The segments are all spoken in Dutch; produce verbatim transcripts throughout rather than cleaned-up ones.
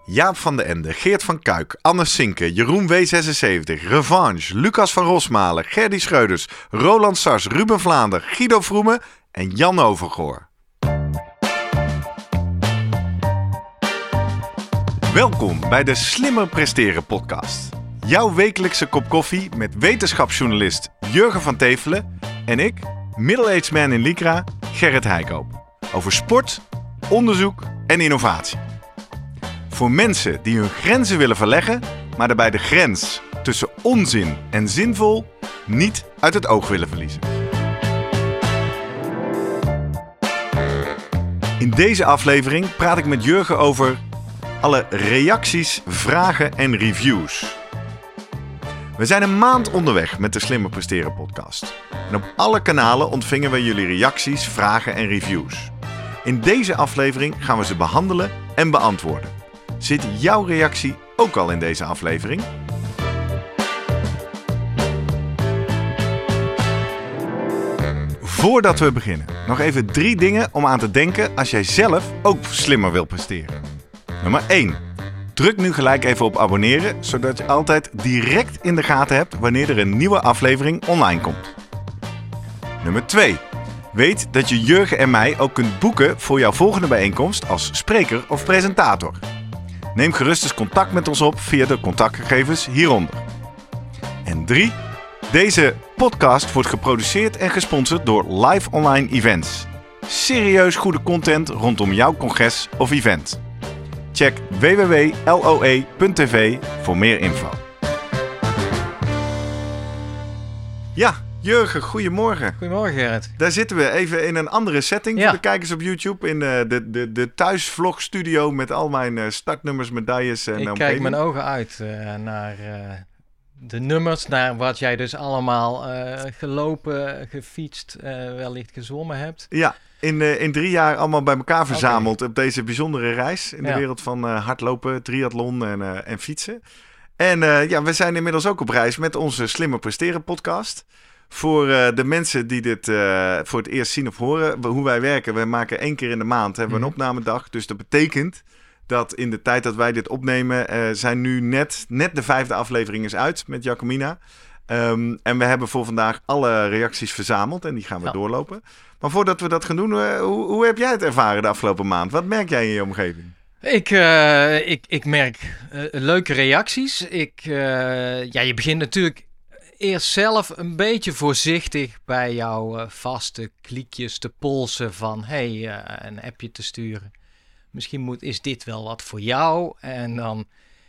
Jaap van den Ende, Geert van Kuik, Anne Sinke, Jeroen W zesenzeventig, Revanche, Lucas van Rosmalen, Gerdy Schreuders, Roland Sars, Ruben Vlaanderen, Guido Vroemen en Jan Overgoor. Welkom bij de Slimmer Presteren podcast. Jouw wekelijkse kop koffie met wetenschapsjournalist Jurgen van Tevelen en ik, middle-aged man in Lycra, Gerrit Heikoop. Over sport, onderzoek en innovatie. Voor mensen die hun grenzen willen verleggen, maar daarbij de grens tussen onzin en zinvol niet uit het oog willen verliezen. In deze aflevering praat ik met Jurgen over alle reacties, vragen en reviews. We zijn een maand onderweg met de Slimmer Presteren podcast. En op alle kanalen ontvingen we jullie reacties, vragen en reviews. In deze aflevering gaan we ze behandelen en beantwoorden. Zit jouw reactie ook al in deze aflevering? Voordat we beginnen, nog even drie dingen om aan te denken als jij zelf ook slimmer wil presteren. Nummer één. Druk nu gelijk even op abonneren, zodat je altijd direct in de gaten hebt wanneer er een nieuwe aflevering online komt. Nummer twee. Weet dat je Jurgen en mij ook kunt boeken voor jouw volgende bijeenkomst als spreker of presentator. Neem gerust eens contact met ons op via de contactgegevens hieronder. En drie. Deze podcast wordt geproduceerd en gesponsord door Live Online Events. Serieus goede content rondom jouw congres of event. Check w w w punt l o e punt t v voor meer info. Ja, Jurgen, goedemorgen. Goedemorgen, Gerrit. Daar zitten we even in een andere setting Ja. voor de kijkers op YouTube. In uh, de, de, de thuisvlogstudio met al mijn uh, startnummers, medailles en Ik omgeving. kijk mijn ogen uit uh, naar uh, de nummers, naar wat jij dus allemaal uh, gelopen, gefietst, uh, wellicht gezwommen hebt. Ja, in, uh, in drie jaar allemaal bij elkaar verzameld okay. op deze bijzondere reis in de ja. wereld van uh, hardlopen, triathlon en, uh, en fietsen. En uh, ja, we zijn inmiddels ook op reis met onze Slimmer Presteren podcast. Voor uh, de mensen die dit uh, voor het eerst zien of horen, hoe wij werken. We maken één keer in de maand hebben we een opnamedag. Dus dat betekent dat in de tijd dat wij dit opnemen, uh, zijn nu net, net de vijfde aflevering is uit met Jacomina. Um, en we hebben voor vandaag alle reacties verzameld en die gaan we ja. doorlopen. Maar voordat we dat gaan doen, uh, hoe, hoe heb jij het ervaren de afgelopen maand? Wat merk jij in je omgeving? Ik, uh, ik, ik merk uh, leuke reacties. Ik, uh, ja, je begint natuurlijk eerst zelf een beetje voorzichtig bij jouw uh, vaste kliekjes te polsen van hey, uh, een appje te sturen. Misschien moet, is dit wel wat voor jou? En dan,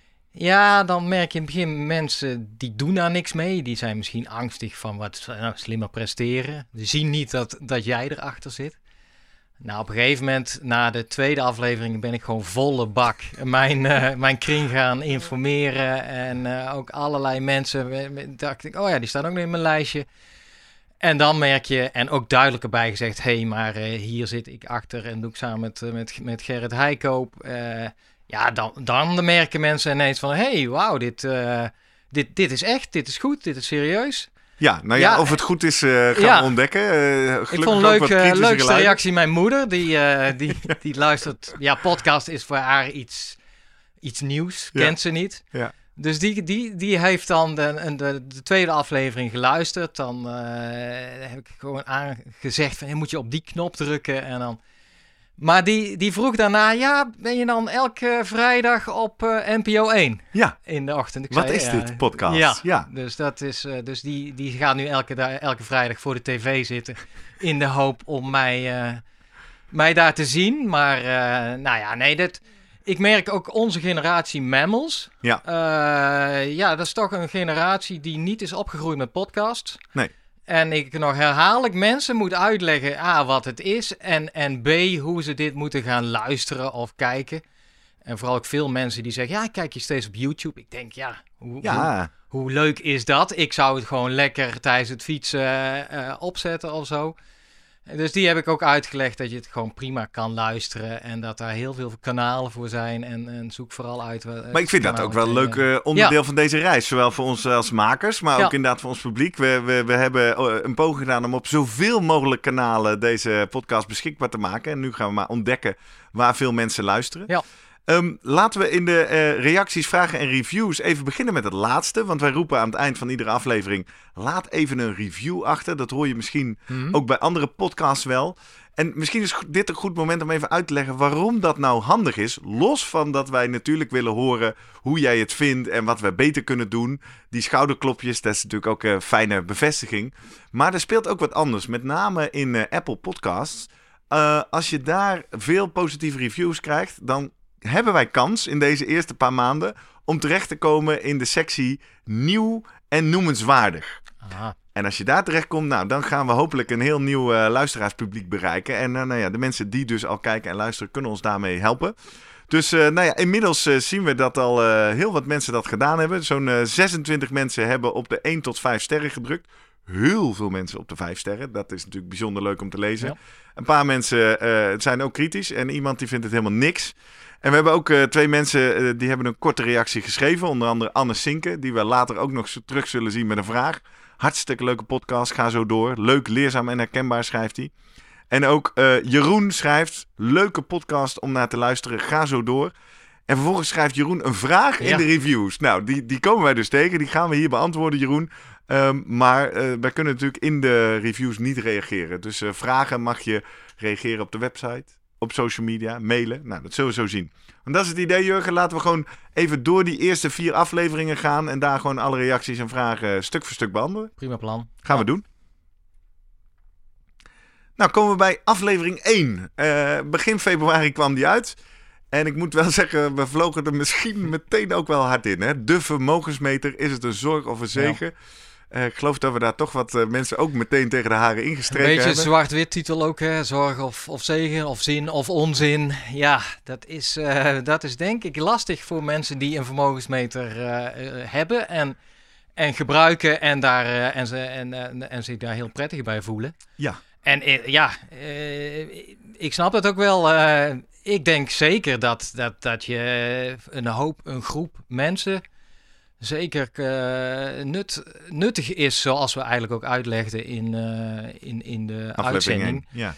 ja, dan merk je in het begin mensen die doen daar niks mee. Die zijn misschien angstig van wat nou, slimmer presteren. Die zien niet dat, dat jij erachter zit. Nou, op een gegeven moment, na de tweede aflevering, ben ik gewoon volle bak mijn, uh, mijn kring gaan informeren. En uh, ook allerlei mensen, dacht ik, oh ja, die staan ook nog in mijn lijstje. En dan merk je, en ook duidelijk erbij gezegd, hé, hey, maar uh, hier zit ik achter en doe ik samen met, uh, met, met Gerrit Heikoop. Uh, ja, dan, dan merken mensen ineens van, hé, hey, wauw, dit, uh, dit, dit is echt, dit is goed, dit is serieus. Ja, nou ja, ja, of het goed is, uh, gaan ja. we ontdekken. Uh, ik vond een leuk, uh, leukste reactie mijn moeder. Die, uh, die, die luistert. Ja, podcast is voor haar iets, iets nieuws. Ja. Kent ze niet. Ja. Dus die, die, die heeft dan de, de, de tweede aflevering geluisterd. Dan uh, heb ik gewoon aangezegd van, hey, moet je op die knop drukken en dan... Maar die, die vroeg daarna, ja, ben je dan elke vrijdag op uh, N P O één? Ja. In de ochtend. Ik Wat zei, is ja, dit podcast? Ja, ja. dus, dat is, uh, dus die, die gaat nu elke, elke vrijdag voor de tv zitten in de hoop om mij, uh, mij daar te zien. Maar uh, nou ja, nee, dat, ik merk ook onze generatie mammals. Ja. Uh, ja, dat is toch een generatie die niet is opgegroeid met podcasts. Nee. En ik nog herhaaldelijk mensen moet uitleggen A, wat het is en, en B, hoe ze dit moeten gaan luisteren of kijken. En vooral ook veel mensen die zeggen, ja, ik kijk je steeds op YouTube. Ik denk, ja, hoe, ja. hoe, hoe leuk is dat? Ik zou het gewoon lekker tijdens het fietsen uh, opzetten of zo. Dus die heb ik ook uitgelegd dat je het gewoon prima kan luisteren en dat daar heel veel kanalen voor zijn en, en zoek vooral uit. Uh, maar ik vind dat ook wel een leuk uh, onderdeel ja. van deze reis, zowel voor ons als makers, maar ja. ook inderdaad voor ons publiek. We, we, we hebben een poging gedaan om op zoveel mogelijk kanalen deze podcast beschikbaar te maken en nu gaan we maar ontdekken waar veel mensen luisteren. Ja. Um, laten we in de uh, reacties, vragen en reviews even beginnen met het laatste. Want wij roepen aan het eind van iedere aflevering, laat even een review achter. Dat hoor je misschien mm-hmm. ook bij andere podcasts wel. En misschien is dit een goed moment om even uit te leggen waarom dat nou handig is. Los van dat wij natuurlijk willen horen hoe jij het vindt en wat wij beter kunnen doen. Die schouderklopjes, dat is natuurlijk ook een fijne bevestiging. Maar er speelt ook wat anders, met name in uh, Apple Podcasts. Uh, als je daar veel positieve reviews krijgt, dan hebben wij kans in deze eerste paar maanden om terecht te komen in de sectie nieuw en noemenswaardig. Aha. En als je daar terecht komt, nou, dan gaan we hopelijk een heel nieuw uh, luisteraarspubliek bereiken. En uh, nou ja, de mensen die dus al kijken en luisteren, kunnen ons daarmee helpen. Dus uh, nou ja, inmiddels uh, zien we dat al uh, heel wat mensen dat gedaan hebben. Zo'n uh, zesentwintig mensen hebben op de één tot vijf sterren gedrukt. Heel veel mensen op de vijf sterren. Dat is natuurlijk bijzonder leuk om te lezen. Ja. Een paar mensen uh, zijn ook kritisch en iemand die vindt het helemaal niks. En we hebben ook uh, twee mensen uh, die hebben een korte reactie geschreven. Onder andere Anne Sinke, die we later ook nog terug zullen zien met een vraag. Hartstikke leuke podcast, ga zo door. Leuk, leerzaam en herkenbaar, schrijft hij. En ook uh, Jeroen schrijft, leuke podcast om naar te luisteren, ga zo door. En vervolgens schrijft Jeroen een vraag ja. in de reviews. Nou, die, die komen wij dus tegen, die gaan we hier beantwoorden, Jeroen. Um, maar uh, wij kunnen natuurlijk in de reviews niet reageren. Dus uh, vragen mag je reageren op de website, op social media, mailen. Nou, dat zullen we zo zien. Want dat is het idee, Jurgen. Laten we gewoon even door die eerste vier afleveringen gaan en daar gewoon alle reacties en vragen stuk voor stuk behandelen. Prima plan. Gaan ja. we doen. Nou, komen we bij aflevering één. Uh, begin februari kwam die uit. En ik moet wel zeggen, we vlogen er misschien meteen ook wel hard in. Hè? De vermogensmeter, is het een zorg of een zegen? Ja. Uh, ik geloof dat we daar toch wat uh, mensen ook meteen tegen de haren ingestreken hebben. Een beetje zwart-wit titel ook, hè? Zorg of, of zegen, of zin of onzin. Ja, dat is, uh, dat is denk ik lastig voor mensen die een vermogensmeter uh, uh, hebben en, en gebruiken en, daar, uh, en, ze, en, uh, en zich daar heel prettig bij voelen. Ja. En uh, ja, uh, ik snap het ook wel. Uh, ik denk zeker dat, dat, dat je een hoop, een groep mensen zeker uh, nut, nuttig is, zoals we eigenlijk ook uitlegden in, uh, in, in de uitzending. Ja.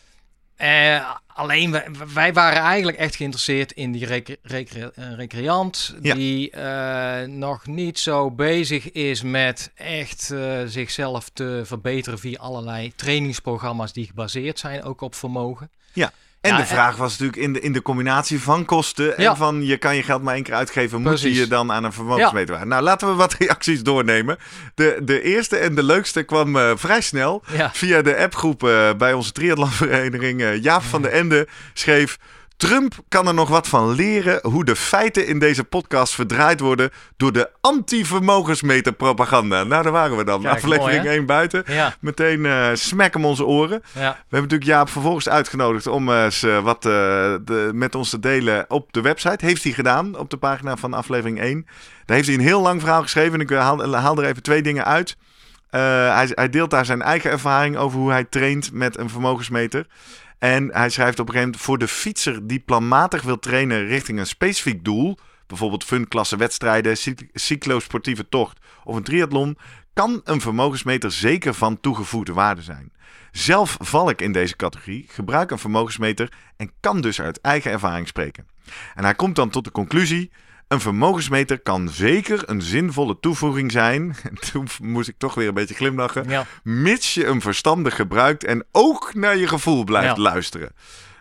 Uh, alleen, wij, wij waren eigenlijk echt geïnteresseerd in die recre- recre- recreant ja. die uh, nog niet zo bezig is met echt uh, zichzelf te verbeteren via allerlei trainingsprogramma's die gebaseerd zijn ook op vermogen. Ja. En ja, de vraag was natuurlijk in de, in de combinatie van kosten en ja. van je kan je geld maar één keer uitgeven, moet je je dan aan een vermogensmeter ja. Nou, laten we wat reacties doornemen. De, de eerste en de leukste kwam uh, vrij snel ja. via de appgroep uh, bij onze triathlonvereniging. Uh, Jaap van de Ende schreef: Trump kan er nog wat van leren hoe de feiten in deze podcast verdraaid worden door de anti-vermogensmeter propaganda. Nou, daar waren we dan. Kijk, aflevering mooi, één buiten. Ja. Meteen uh, smack hem onze oren. Ja. We hebben natuurlijk Jaap vervolgens uitgenodigd om uh, wat uh, de, met ons te delen op de website. Heeft hij gedaan op de pagina van aflevering één. Daar heeft hij een heel lang verhaal geschreven en ik haal, haal er even twee dingen uit. Uh, hij, hij deelt daar zijn eigen ervaring over hoe hij traint met een vermogensmeter. En hij schrijft op een gegeven moment: voor de fietser die planmatig wil trainen richting een specifiek doel, bijvoorbeeld funklasse wedstrijden, cyclosportieve tocht of een triathlon, kan een vermogensmeter zeker van toegevoegde waarde zijn. Zelf val ik in deze categorie, gebruik een vermogensmeter en kan dus uit eigen ervaring spreken. En hij komt dan tot de conclusie: een vermogensmeter kan zeker een zinvolle toevoeging zijn. Toen moest ik toch weer een beetje glimlachen. Ja. Mits je hem verstandig gebruikt en ook naar je gevoel blijft ja. luisteren.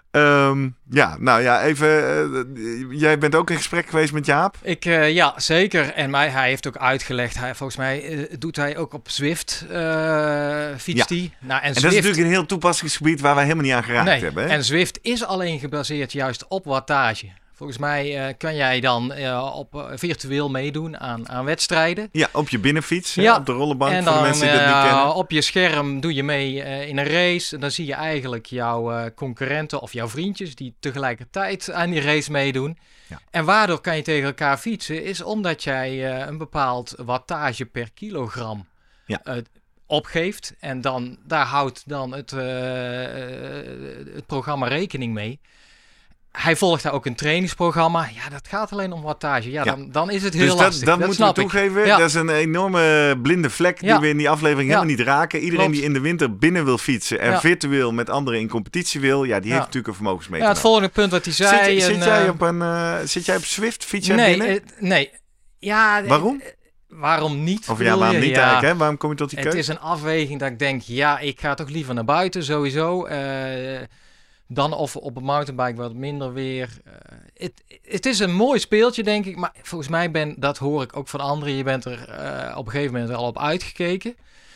Um, ja, nou ja, even. Uh, jij bent ook in gesprek geweest met Jaap? Ik, uh, ja, zeker. En mij, hij heeft ook uitgelegd. Hij, volgens mij uh, doet hij ook op Zwift. Uh, fietst hij. Ja. Nou, en, en Zwift, dat is natuurlijk een heel toepassingsgebied waar wij helemaal niet aan geraakt nee, hebben. Hè? En Zwift is alleen gebaseerd juist op wattage. Volgens mij uh, kan jij dan uh, op, uh, virtueel meedoen aan, aan wedstrijden. Ja, op je binnenfiets, ja. op de rollenbank en voor dan, de mensen die uh, dat niet kennen. Op je scherm doe je mee uh, in een race. En dan zie je eigenlijk jouw uh, concurrenten of jouw vriendjes die tegelijkertijd aan die race meedoen. Ja. En waardoor kan je tegen elkaar fietsen, is omdat jij uh, een bepaald wattage per kilogram ja. uh, opgeeft. En dan, daar houdt dan het, uh, het programma rekening mee. hij volgt daar ook een trainingsprogramma. Ja, dat gaat alleen om wattage. Ja, Ja. Dan, dan is het heel Dus dat, lastig. dat, dat moeten we snap ik. toegeven. Ja. Dat is een enorme blinde vlek die Ja. we in die aflevering Ja. helemaal niet raken. Iedereen Klopt. die in de winter binnen wil fietsen en Ja. virtueel met anderen in competitie wil, ja, die Ja. heeft natuurlijk een vermogensmeter. Ja, het nodig. volgende punt wat hij zei. Zit, je- en, zit, jij eh, op een, uh, zit jij op Zwift? Fiets jij nee, binnen? eh, nee. Ja, eh, Waarom? eh, waarom niet? Of ja, bedoel waarom je? niet Ja. eigenlijk? Hè? Waarom kom je tot die Het keuze? is een afweging dat ik denk, ja, ik ga toch liever naar buiten, sowieso. Eh, dan of op een mountainbike wat minder weer. Eh, Het het is een mooi speeltje, denk ik. Maar volgens mij ben, dat hoor ik ook van anderen. Je bent er eh, op een gegeven moment al op uitgekeken.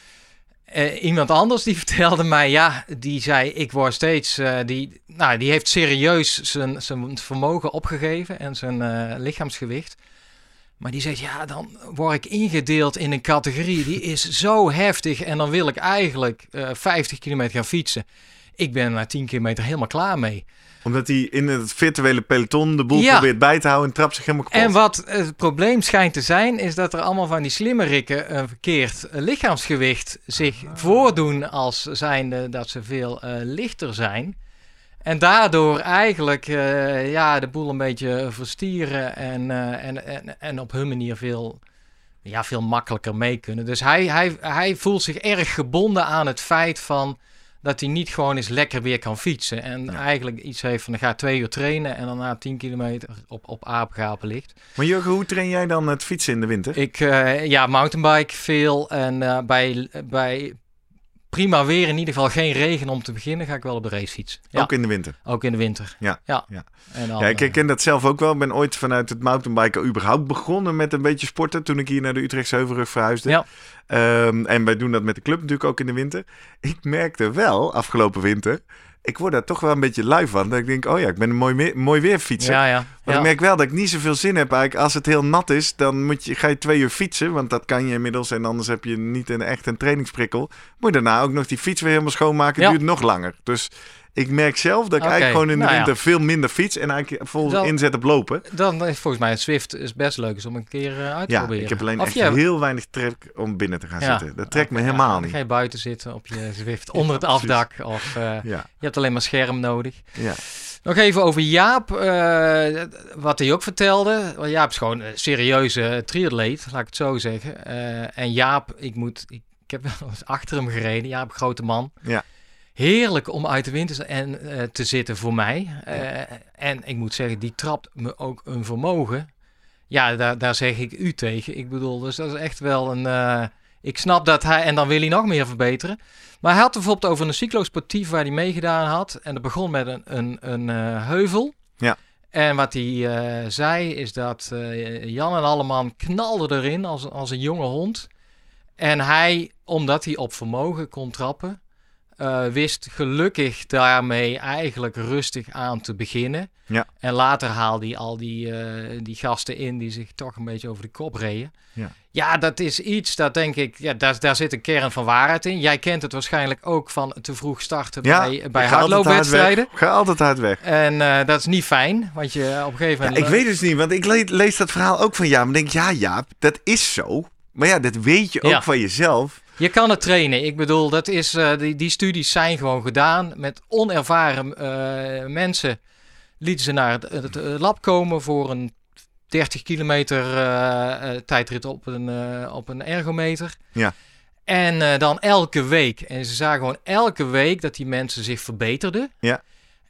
Eh, iemand anders die vertelde mij, ja, die zei, ik word steeds, eh, die, nou, die heeft serieus zijn, zijn vermogen opgegeven en zijn eh, lichaamsgewicht. Maar die zegt, ja, dan word ik ingedeeld in een categorie, die is zo heftig en dan wil ik eigenlijk eh, vijftig kilometer gaan fietsen. Ik ben na tien kilometer helemaal klaar mee. Omdat hij in het virtuele peloton de boel Ja. probeert bij te houden en trapt zich helemaal kapot. En wat het probleem schijnt te zijn, is dat er allemaal van die slimmerikken een verkeerd eh, lichaamsgewicht zich voordoen als zijnde dat ze veel eh, lichter zijn. En daardoor eigenlijk eh, ja, de boel een beetje verstieren en, eh, en, en, en op hun manier veel, ja, veel makkelijker mee kunnen. Dus hij, hij, hij voelt zich erg gebonden aan het feit van dat hij niet gewoon eens lekker weer kan fietsen. En Ja. eigenlijk iets heeft van, dan ga twee uur trainen en dan na tien kilometer op, op apengapen ligt. Maar Jurgen, hoe train jij dan het fietsen in de winter? Ik, uh, ja, mountainbike veel en uh, bij, bij prima weer, in ieder geval geen regen om te beginnen, ga ik wel op de racefiets. Ja. Ook in de winter? Ook in de winter. Ja. Ja, ja. En dan, ja ik herken dat zelf ook wel. Ik ben ooit vanuit het mountainbiken überhaupt begonnen met een beetje sporten toen ik hier naar de Utrechtse Heuvelrug verhuisde. Ja. Um, en wij doen dat met de club natuurlijk ook in de winter. Ik merkte wel, afgelopen winter, ik word daar toch wel een beetje lui van. Dat ik denk, oh ja, ik ben een mooi, me- mooi weer fietsen. Ja, ja. Maar ja. ik merk wel dat ik niet zoveel zin heb eigenlijk. Als het heel nat is, dan moet je, ga je twee uur fietsen. Want dat kan je inmiddels. En anders heb je niet een, echt een trainingsprikkel. Moet je daarna ook nog die fiets weer helemaal schoonmaken. Ja. Duurt nog langer. Dus ik merk zelf dat ik Oké, eigenlijk gewoon in de nou winter ja. veel minder fiets. En eigenlijk vol Dan- inzet op lopen. Dan is volgens mij het Zwift is best leuk is om een keer uh, uit te Ja, proberen. ik heb alleen Of echt je- heel weinig trek om binnen te gaan Ja. zitten. Dat trekt me Ja, helemaal Dan niet. ga je buiten zitten op je Zwift, onder het Ja, precies. afdak. Of uh, Ja, je hebt alleen maar scherm nodig. ja. Nog even over Jaap, uh, wat hij ook vertelde. Want Jaap is gewoon een serieuze triatleet, laat ik het zo zeggen. Uh, en Jaap, ik, moet, ik, ik heb wel eens achter hem gereden. Jaap, grote man. Ja. Heerlijk om uit de winter en, uh, te zitten voor mij. Uh, Ja. En ik moet zeggen, die trapt me ook een vermogen. Ja, daar, daar zeg ik u tegen. Ik bedoel, dus dat is echt wel een... Uh, ik snap dat hij... En dan wil hij nog meer verbeteren. Maar hij had bijvoorbeeld over een cyclosportief waar hij meegedaan had. En dat begon met een, een, een uh, heuvel. Ja. En wat hij uh, zei is dat uh, Jan en Alleman knalden erin als, als een jonge hond. En hij, omdat hij op vermogen kon trappen, uh, wist gelukkig daarmee eigenlijk rustig aan te beginnen. Ja. En later haalde hij al die, uh, die gasten in die zich toch een beetje over de kop reden. Ja. Ja, dat is iets, dat denk ik, ja, daar, daar zit een kern van waarheid in. Jij kent het waarschijnlijk ook van te vroeg starten Ja, bij, bij ik ga altijd hardloopwedstrijden. hard weg. Ga altijd hard weg. En uh, dat is niet fijn, want je op een gegeven Ja, moment... ik weet dus niet, want ik le- lees dat verhaal ook van Jaap. En denk, ja Jaap, dat is zo. Maar ja, dat weet je ook Ja. van jezelf. Je kan het trainen. Ik bedoel, dat is, uh, die, die studies zijn gewoon gedaan met onervaren uh, mensen. Lieten ze naar het, het, het lab komen voor een dertig kilometer uh, uh, tijdrit op een, uh, op een ergometer. Ja. En uh, dan elke week. En ze zagen gewoon elke week dat die mensen zich verbeterden. Ja.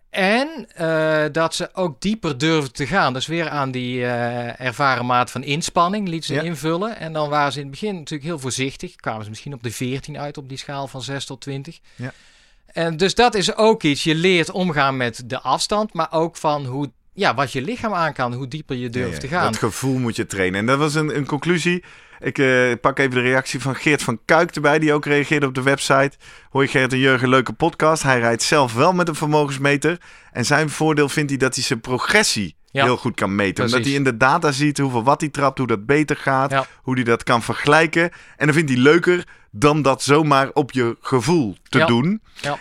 En uh, dat ze ook dieper durfden te gaan. Dus weer aan die uh, ervaren maat van inspanning liet ze Ja. invullen. En dan waren ze in het begin natuurlijk heel voorzichtig. Kwamen ze misschien op de veertien uit op die schaal van zes tot twintig. Ja. En dus dat is ook iets. Je leert omgaan met de afstand, maar ook van hoe, ja, wat je lichaam aan kan, hoe dieper je durft Ja, ja, te gaan. Dat gevoel moet je trainen. En dat was een, een conclusie. Ik uh, pak even de reactie van Geert van Kuik erbij, die ook reageerde op de website. Hoi Geert en Jurgen, leuke podcast. Hij rijdt zelf wel met een vermogensmeter. En zijn voordeel vindt hij dat hij zijn progressie Ja, heel goed kan meten. precies. Omdat hij in de data ziet hoeveel watt hij trapt, hoe dat beter gaat. Ja. Hoe hij dat kan vergelijken. En dan vindt hij leuker dan dat zomaar op je gevoel te Ja. doen. Ja.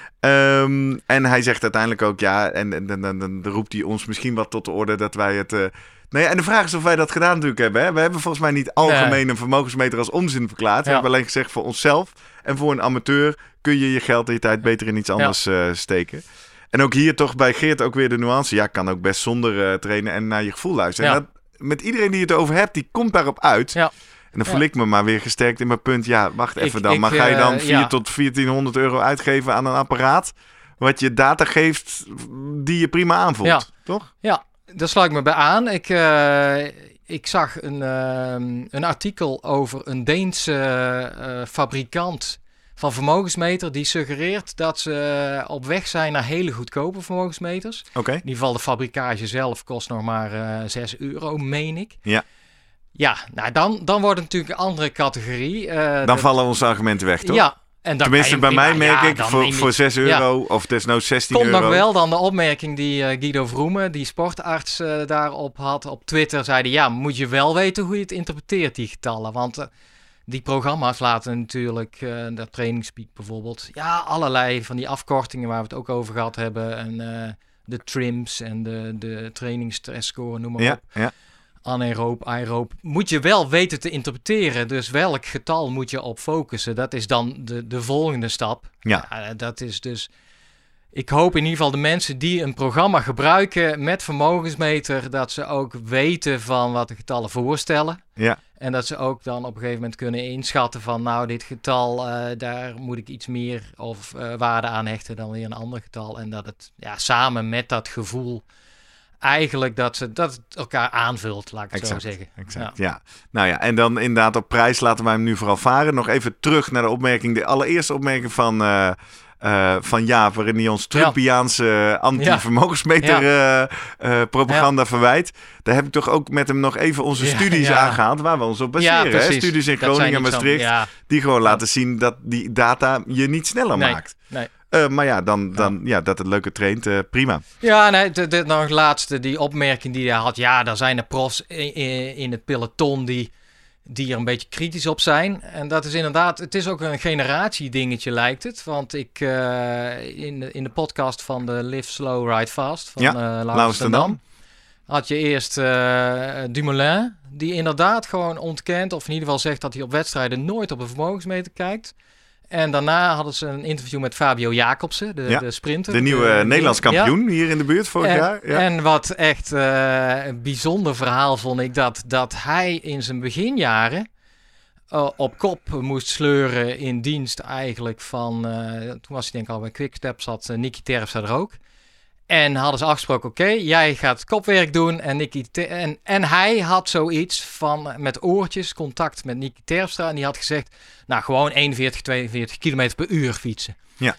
Um, en hij zegt uiteindelijk ook ja, en, en, en, en dan roept hij ons misschien wat tot de orde dat wij het... Uh, nee, en de vraag is of wij dat gedaan natuurlijk hebben. Hè? We hebben volgens mij niet algemeen Nee. een vermogensmeter als onzin verklaard. We Ja. hebben alleen gezegd voor onszelf en voor een amateur kun je je geld en je tijd beter in iets anders uh, steken. En ook hier toch bij Geert ook weer de nuance. Ja, kan ook best zonder uh, trainen en naar je gevoel luisteren. Ja. En dat, met iedereen die het over hebt, die komt daarop uit. Ja. En dan voel ja. ik me maar weer gesterkt in mijn punt. Ja, wacht even ik, dan. ik, maar ga je dan vier ja. tot veertienhonderd euro uitgeven aan een apparaat wat je data geeft die je prima aanvoelt, ja. toch? Ja, daar sluit ik me bij aan. Ik, uh, ik zag een, uh, een artikel over een Deense uh, fabrikant van vermogensmeter die suggereert dat ze op weg zijn naar hele goedkope vermogensmeters. Oké. Okay. In ieder geval de fabrikage zelf kost nog maar uh, zes euro, meen ik. Ja. Ja, nou dan, dan wordt het natuurlijk een andere categorie. Uh, dan dat... vallen onze argumenten weg, toch? Ja. En dan, Tenminste, bij mij merk ja, ik voor, je... voor zes euro ja. of desnoods zestien Komt euro. Komt nog wel dan de opmerking die uh, Guido Vroemen, die sportarts, uh, daarop had op Twitter. Zeiden, ja, moet je wel weten hoe je het interpreteert, die getallen. Want uh, die programma's laten natuurlijk, uh, de Trainingspeak bijvoorbeeld, ja, allerlei van die afkortingen waar we het ook over gehad hebben. En uh, de trims en de, de trainingsstressscore, noem maar ja, op. Ja. Anaeroop, aeroop, moet je wel weten te interpreteren. Dus welk getal moet je op focussen? Dat is dan de, de volgende stap. Ja. ja. Dat is dus... Ik hoop in ieder geval de mensen die een programma gebruiken met vermogensmeter, dat ze ook weten van wat de getallen voorstellen. Ja. En dat ze ook dan op een gegeven moment kunnen inschatten van, nou, dit getal, uh, daar moet ik iets meer of uh, waarde aan hechten dan weer een ander getal. En dat het ja, samen met dat gevoel... Eigenlijk dat, ze, dat het elkaar aanvult, laat ik het exact, zo zeggen. Exact, ja. ja. Nou ja, en dan inderdaad op prijs laten wij hem nu vooral varen. Nog even terug naar de opmerking, de allereerste opmerking van, uh, uh, van Jaap, waarin hij ons Trumpiaanse ja. anti-vermogensmeter ja. uh, uh, propaganda ja. verwijt. Daar heb ik toch ook met hem nog even onze ja, studies ja. aangehaald, waar we ons op baseren. Ja, hè? Studies in Groningen en Maastricht, ja. die gewoon ja. laten zien dat die data je niet sneller nee, maakt. Nee. Uh, maar ja, dan, dan, ja, dat het leuke traint, uh, prima. Ja, nee, de, de, nog laatste, die opmerking die hij had. Ja, daar zijn er profs in, in het peloton die, die er een beetje kritisch op zijn. En dat is inderdaad, het is ook een generatiedingetje lijkt het. Want ik, uh, in, de, in de podcast van de Live Slow, Ride Fast van ja, uh, Laurens ten Dam, had je eerst uh, Dumoulin, die inderdaad gewoon ontkent, of in ieder geval zegt dat hij op wedstrijden nooit op een vermogensmeter kijkt. En daarna hadden ze een interview met Fabio Jacobsen, de, ja, de sprinter. De nieuwe de, Nederlands kampioen ja. hier in de buurt vorig en, jaar. Ja. En wat echt uh, een bijzonder verhaal vond ik, dat, dat hij in zijn beginjaren uh, op kop moest sleuren in dienst eigenlijk van, uh, toen was hij denk ik al bij Quickstep, zat uh, Nicky Terpstra er ook. En hadden ze afgesproken, oké, okay, jij gaat kopwerk doen. En, Nicky Ter- en, en hij had zoiets van, met oortjes, contact met Nicky Terpstra. En die had gezegd, nou gewoon eenenveertig, tweeënveertig kilometer per uur fietsen. Ja.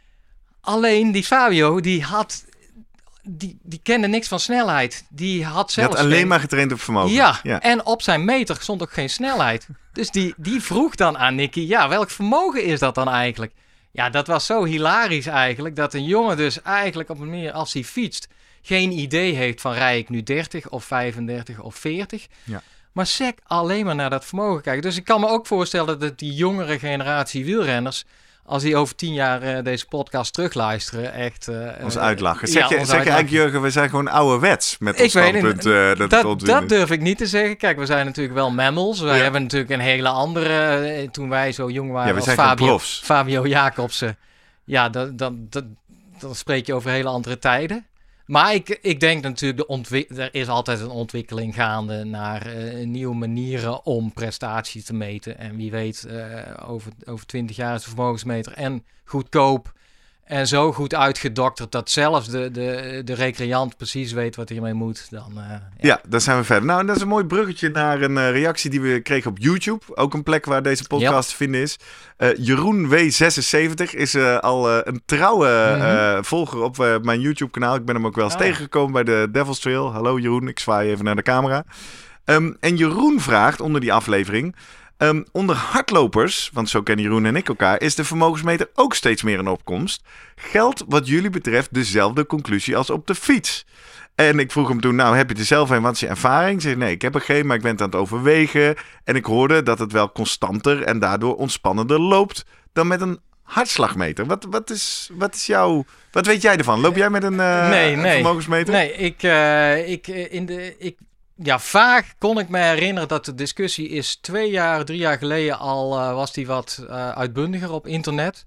Alleen die Fabio, die had, die, die kende niks van snelheid. Die had zelfs Die had alleen geen... maar getraind op vermogen. Ja, ja, en op zijn meter stond ook geen snelheid. Dus die, die vroeg dan aan Nicky, ja, welk vermogen is dat dan eigenlijk? Ja, dat was zo hilarisch eigenlijk, dat een jongen dus eigenlijk op een manier als hij fietst geen idee heeft van rij ik nu dertig of vijfendertig of veertig. Ja. Maar sec alleen maar naar dat vermogen kijken. Dus ik kan me ook voorstellen dat die jongere generatie wielrenners, als die over tien jaar uh, deze podcast terugluisteren, echt... Uh, ons uitlachen. Zeg, ja, je, ons zeg je uitlachen. eigenlijk, Jurgen, we zijn gewoon ouderwets met ons standpunt. Uh, dat, dat, dat durf ik niet te zeggen. Kijk, we zijn natuurlijk wel mammals. Wij ja. hebben natuurlijk een hele andere... Uh, toen wij zo jong waren ja, we als zijn Fabio, profs. Fabio Jacobsen. Ja, dan, dan, dan, dan spreek je over hele andere tijden. Maar ik, ik denk natuurlijk, de ontwik- er is altijd een ontwikkeling gaande naar uh, nieuwe manieren om prestatie te meten. En wie weet, uh, over, over twintig jaar is de vermogensmeter en goedkoop en zo goed uitgedokterd dat zelfs de, de, de recreant precies weet wat hij ermee moet. Dan, uh, ja. ja, dan zijn we verder. Nou, en dat is een mooi bruggetje naar een uh, reactie die we kregen op YouTube. Ook een plek waar deze podcast yep. te vinden is. Uh, Jeroen W zesenzeventig is uh, al uh, een trouwe uh, mm-hmm. volger op uh, mijn YouTube-kanaal. Ik ben hem ook wel eens oh. tegengekomen bij de Devil's Trail. Hallo Jeroen, ik zwaai even naar de camera. Um, en Jeroen vraagt onder die aflevering... Um, onder hardlopers, want zo kennen Jeroen en ik elkaar, is de vermogensmeter ook steeds meer een opkomst. Geldt wat jullie betreft dezelfde conclusie als op de fiets? En ik vroeg hem toen, nou heb je er zelf een, wat is je ervaring? Zeg, nee, ik heb er geen, maar ik ben het aan het overwegen. En ik hoorde dat het wel constanter en daardoor ontspannender loopt dan met een hartslagmeter. Wat, wat, is, wat is jouw... Wat weet jij ervan? Loop jij met een, uh, nee, nee. een vermogensmeter? Nee, ik... Uh, ik in de... Ik... Ja, vaag kon ik me herinneren dat de discussie is twee jaar, drie jaar geleden al uh, was die wat uh, uitbundiger op internet.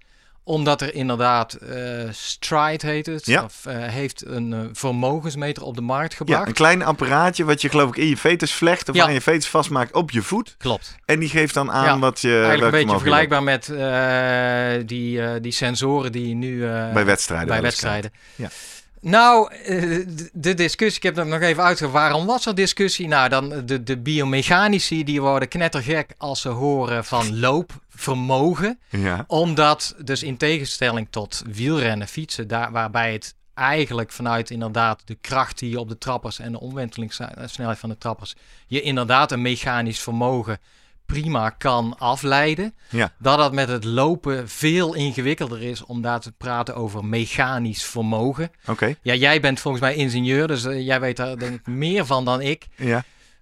Omdat er inderdaad uh, Stride heet het, ja. of uh, heeft een uh, vermogensmeter op de markt Ja, gebracht. een klein apparaatje wat je geloof ik in je vetus vlecht of Ja. aan je vetus vastmaakt op je voet. Klopt. En die geeft dan aan Ja, wat je... Eigenlijk een beetje vergelijkbaar met met uh, die, uh, die sensoren die nu... Uh, bij wedstrijden. Bij wedstrijden. Ja. Nou, de discussie, ik heb het nog even uitgelegd. Waarom was er discussie? Nou, dan de, de biomechanici die worden knettergek als ze horen van loopvermogen. Ja. Omdat, dus in tegenstelling tot wielrennen, fietsen, daar, waarbij het eigenlijk vanuit inderdaad de kracht die je op de trappers en de omwentelingssnelheid van de trappers, je inderdaad een mechanisch vermogen prima kan afleiden. Ja. Dat dat met het lopen veel ingewikkelder is om daar te praten over mechanisch vermogen. Oké. Okay. Ja, jij bent volgens mij ingenieur, dus uh, jij weet daar denk ik meer van dan ik. Ja.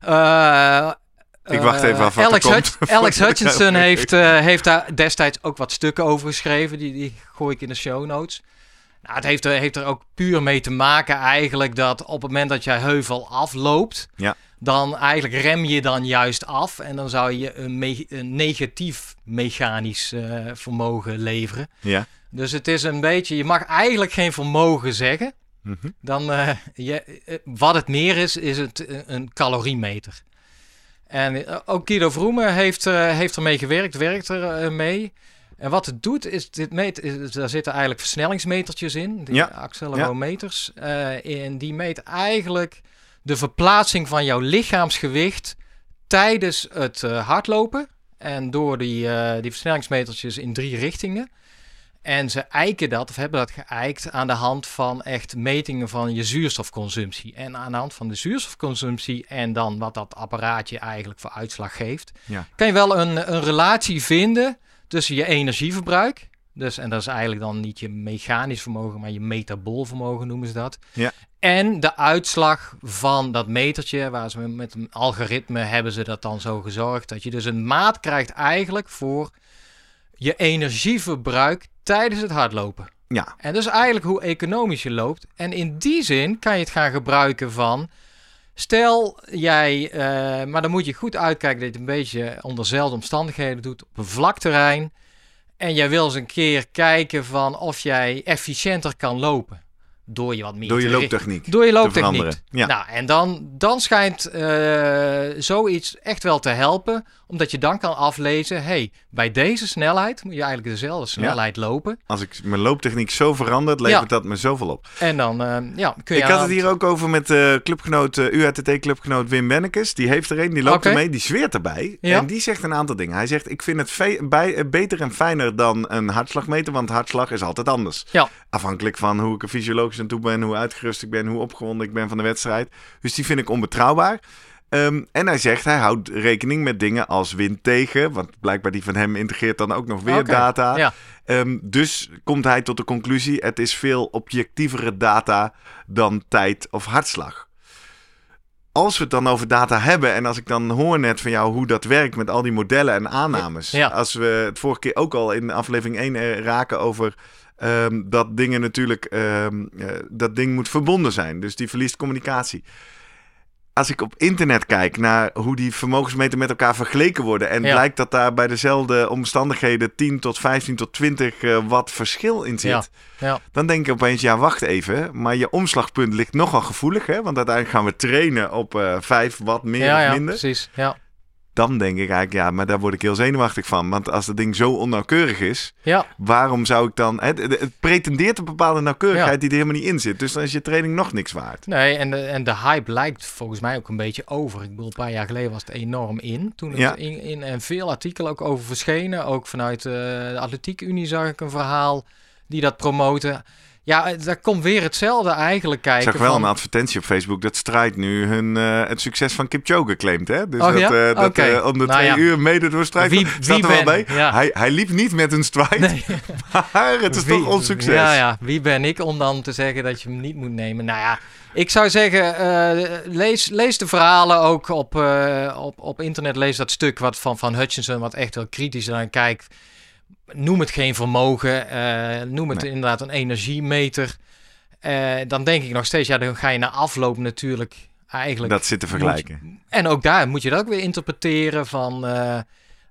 Uh, ik wacht even af wat Alex, er komt. Hutch, Alex Hutchinson heeft, uh, heeft daar destijds ook wat stukken over geschreven. Die, die gooi ik in de show notes. Nou, het heeft er, heeft er ook puur mee te maken eigenlijk dat op het moment dat jij heuvel afloopt, ja. dan eigenlijk rem je dan juist af. En dan zou je een, me- een negatief mechanisch uh, vermogen leveren. Ja. Dus het is een beetje, je mag eigenlijk geen vermogen zeggen. Mm-hmm. Dan, uh, je, uh, wat het meer is, is het uh, een caloriemeter. En uh, ook Guido Vroemen heeft, uh, heeft ermee gewerkt, werkt er uh, mee. En wat het doet, is dit meet, is, daar zitten eigenlijk versnellingsmetertjes in, die ja. accelerometers. Ja. Uh, en die meet eigenlijk de verplaatsing van jouw lichaamsgewicht tijdens het uh, hardlopen. En door die, uh, die versnellingsmetertjes in drie richtingen. En ze eiken dat, of hebben dat geëikt aan de hand van echt metingen van je zuurstofconsumptie. En aan de hand van de zuurstofconsumptie en dan wat dat apparaatje eigenlijk voor uitslag geeft, ja. kan je wel een, een relatie vinden tussen je energieverbruik. Dus, en dat is eigenlijk dan niet je mechanisch vermogen, maar je metabool vermogen noemen ze dat. Ja. En de uitslag van dat metertje, waar ze met een algoritme hebben ze dat dan zo gezorgd, dat je dus een maat krijgt eigenlijk voor je energieverbruik tijdens het hardlopen. Ja. En dus eigenlijk hoe economisch je loopt. En in die zin kan je het gaan gebruiken van, stel jij, uh, maar dan moet je goed uitkijken dat je het een beetje onder dezelfde omstandigheden doet op een vlak terrein. En jij wil eens een keer kijken van of jij efficiënter kan lopen. Door je wat meer Door je te looptechniek. Door je looptechniek. Ja. Nou, en dan, dan schijnt uh, zoiets echt wel te helpen. Omdat je dan kan aflezen, hey, bij deze snelheid moet je eigenlijk dezelfde snelheid ja. lopen. Als ik mijn looptechniek zo verandert, levert ja. dat me zoveel op. En dan, uh, ja, kun je Ik had het hier ook over met uh, clubgenoot, uh, U A T T-clubgenoot Wim Bennekes. Die heeft er een, die loopt okay. ermee, die zweert erbij. Ja. En die zegt een aantal dingen. Hij zegt, ik vind het fe- bij, uh, beter en fijner dan een hartslagmeter, want hartslag is altijd anders. Ja. Afhankelijk van hoe ik er fysiologisch aan toe ben, hoe uitgerust ik ben, hoe opgewonden ik ben van de wedstrijd. Dus die vind ik onbetrouwbaar. Um, en hij zegt, hij houdt rekening met dingen als wind tegen. Want blijkbaar die van hem integreert dan ook nog weer okay. data. Ja. Um, dus komt hij tot de conclusie, het is veel objectievere data dan tijd of hartslag. Als we het dan over data hebben en als ik dan hoor net van jou hoe dat werkt met al die modellen en aannames. Ja. Als we het vorige keer ook al in aflevering één raken over um, dat dingen natuurlijk, um, uh, dat ding moet verbonden zijn. Dus die verliest communicatie. Als ik op internet kijk naar hoe die vermogensmeters met elkaar vergeleken worden en ja. blijkt dat daar bij dezelfde omstandigheden tien tot vijftien tot twintig uh, watt verschil in zit, ja. Ja. dan denk ik opeens, ja wacht even, maar je omslagpunt ligt nogal gevoelig, hè? Want uiteindelijk gaan we trainen op uh, vijf watt meer ja, of ja, minder. Precies, ja. Dan denk ik eigenlijk, ja, maar daar word ik heel zenuwachtig van. Want als dat ding zo onnauwkeurig is, ja. waarom zou ik dan... Het, het pretendeert een bepaalde nauwkeurigheid ja. die er helemaal niet in zit. Dus dan is je training nog niks waard. Nee, en de, en de hype lijkt volgens mij ook een beetje over. Ik bedoel, een paar jaar geleden was het enorm in. Toen het ja. in, in en veel artikelen ook over verschenen. Ook vanuit uh, de Atletiek Unie zag ik een verhaal die dat promoten. Ja, daar komt weer hetzelfde eigenlijk kijken. Ik zag wel van... een advertentie op Facebook dat Stride nu hun, uh, het succes van Kipchoge claimt. Hè? Dus oh, dat, ja? uh, dat okay. uh, om de nou, twee ja. uur mede door Stride wie, staat wie er wel ben, bij. Ja. Hij, hij liep niet met een Stride, nee. maar het is wie, toch ons succes. Ja, ja, wie ben ik om dan te zeggen dat je hem niet moet nemen? Nou ja, ik zou zeggen, uh, lees, lees de verhalen ook op, uh, op, op internet. Lees dat stuk wat van, van Hutchinson, wat echt wel kritisch aan kijkt. Noem het geen vermogen. Uh, noem het nee. inderdaad een energiemeter. Uh, dan denk ik nog steeds, ja, dan ga je na afloop natuurlijk eigenlijk... Dat zit te vergelijken. Je, en ook daar moet je dat ook weer interpreteren van... Uh,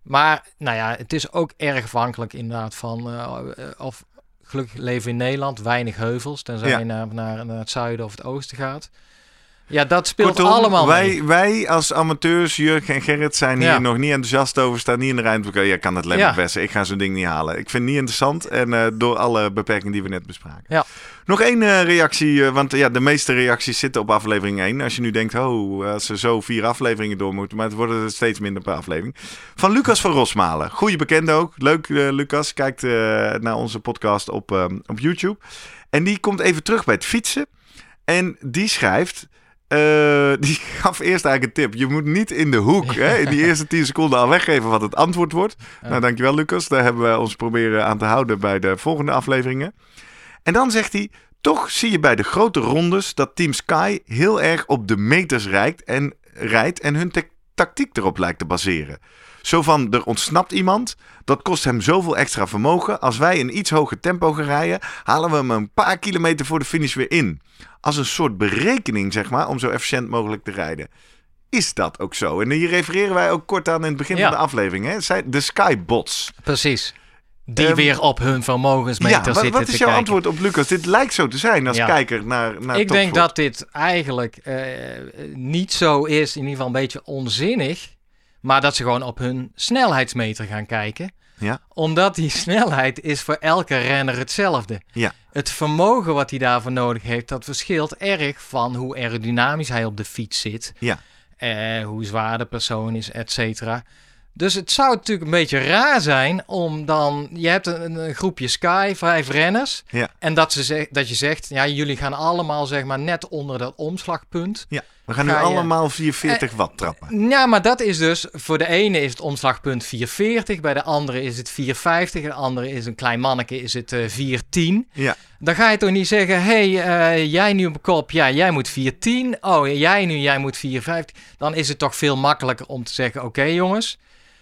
Maar nou ja, het is ook erg afhankelijk inderdaad van uh, of gelukkig leven in Nederland, weinig heuvels, tenzij ja. je naar, naar, naar het zuiden of het oosten gaat. Ja, dat speelt Kortom, allemaal wij, mee. Wij als amateurs, Jurgen en Gerrit, zijn hier ja. nog niet enthousiast over. Staan niet in de rij. Je kan het lemmer bessen. Ik ga zo'n ding niet halen. Ik vind het niet interessant. En uh, door alle beperkingen die we net bespraken. Ja. Nog één uh, reactie. Uh, want ja, de meeste reacties zitten op aflevering één. Als je nu denkt, oh, als ze zo vier afleveringen door moeten. Maar het worden er steeds minder per aflevering. Van Lucas van Rosmalen. Goeie bekende ook. Leuk, uh, Lucas. Kijkt uh, naar onze podcast op, uh, op YouTube. En die komt even terug bij het fietsen. En die schrijft... Uh, die gaf eerst eigenlijk een tip. Je moet niet in de hoek hè, in die eerste tien seconden al weggeven wat het antwoord wordt. Ja. Nou, dankjewel Lucas. Daar hebben we ons proberen aan te houden bij de volgende afleveringen. En dan zegt hij, toch zie je bij de grote rondes dat Team Sky heel erg op de meters rijdt en, rijdt en hun te- tactiek erop lijkt te baseren. Zo van, er ontsnapt iemand, dat kost hem zoveel extra vermogen. Als wij een iets hoger tempo gaan rijden, halen we hem een paar kilometer voor de finish weer in. Als een soort berekening, zeg maar, om zo efficiënt mogelijk te rijden. Is dat ook zo? En hier refereren wij ook kort aan in het begin ja. van de aflevering. Hè? De Skybots. Precies. Die um, weer op hun vermogensmeter ja, zitten wat, wat is jouw kijken. antwoord op Lucas? Dit lijkt zo te zijn als ja. kijker naar, naar Ik Top denk Sport. dat dit eigenlijk uh, niet zo is, in ieder geval een beetje onzinnig. Maar dat ze gewoon op hun snelheidsmeter gaan kijken. Ja. Omdat die snelheid is voor elke renner hetzelfde. Ja. Het vermogen wat hij daarvoor nodig heeft, dat verschilt erg van hoe aerodynamisch hij op de fiets zit. Ja. Uh, hoe zwaar de persoon is, et cetera. Dus het zou natuurlijk een beetje raar zijn om dan... Je hebt een, een groepje Sky, vijf renners. Ja. En dat, ze zeg, dat je zegt, ja, jullie gaan allemaal zeg maar net onder dat omslagpunt. Ja, we gaan nu Ga je, allemaal vierhonderdveertig uh, watt trappen. Ja, maar dat is dus... Voor de ene is het omslagpunt vierhonderdveertig. Bij de andere is het vierhonderdvijftig. De andere is een klein manneke, is het uh, vierhonderdtien. Ja. Dan ga je toch niet zeggen... Hé, hey, uh, jij nu op kop. Ja, jij moet vierhonderdtien. Oh, jij nu, jij moet vierhonderdvijftig. Dan is het toch veel makkelijker om te zeggen... Oké, okay, jongens...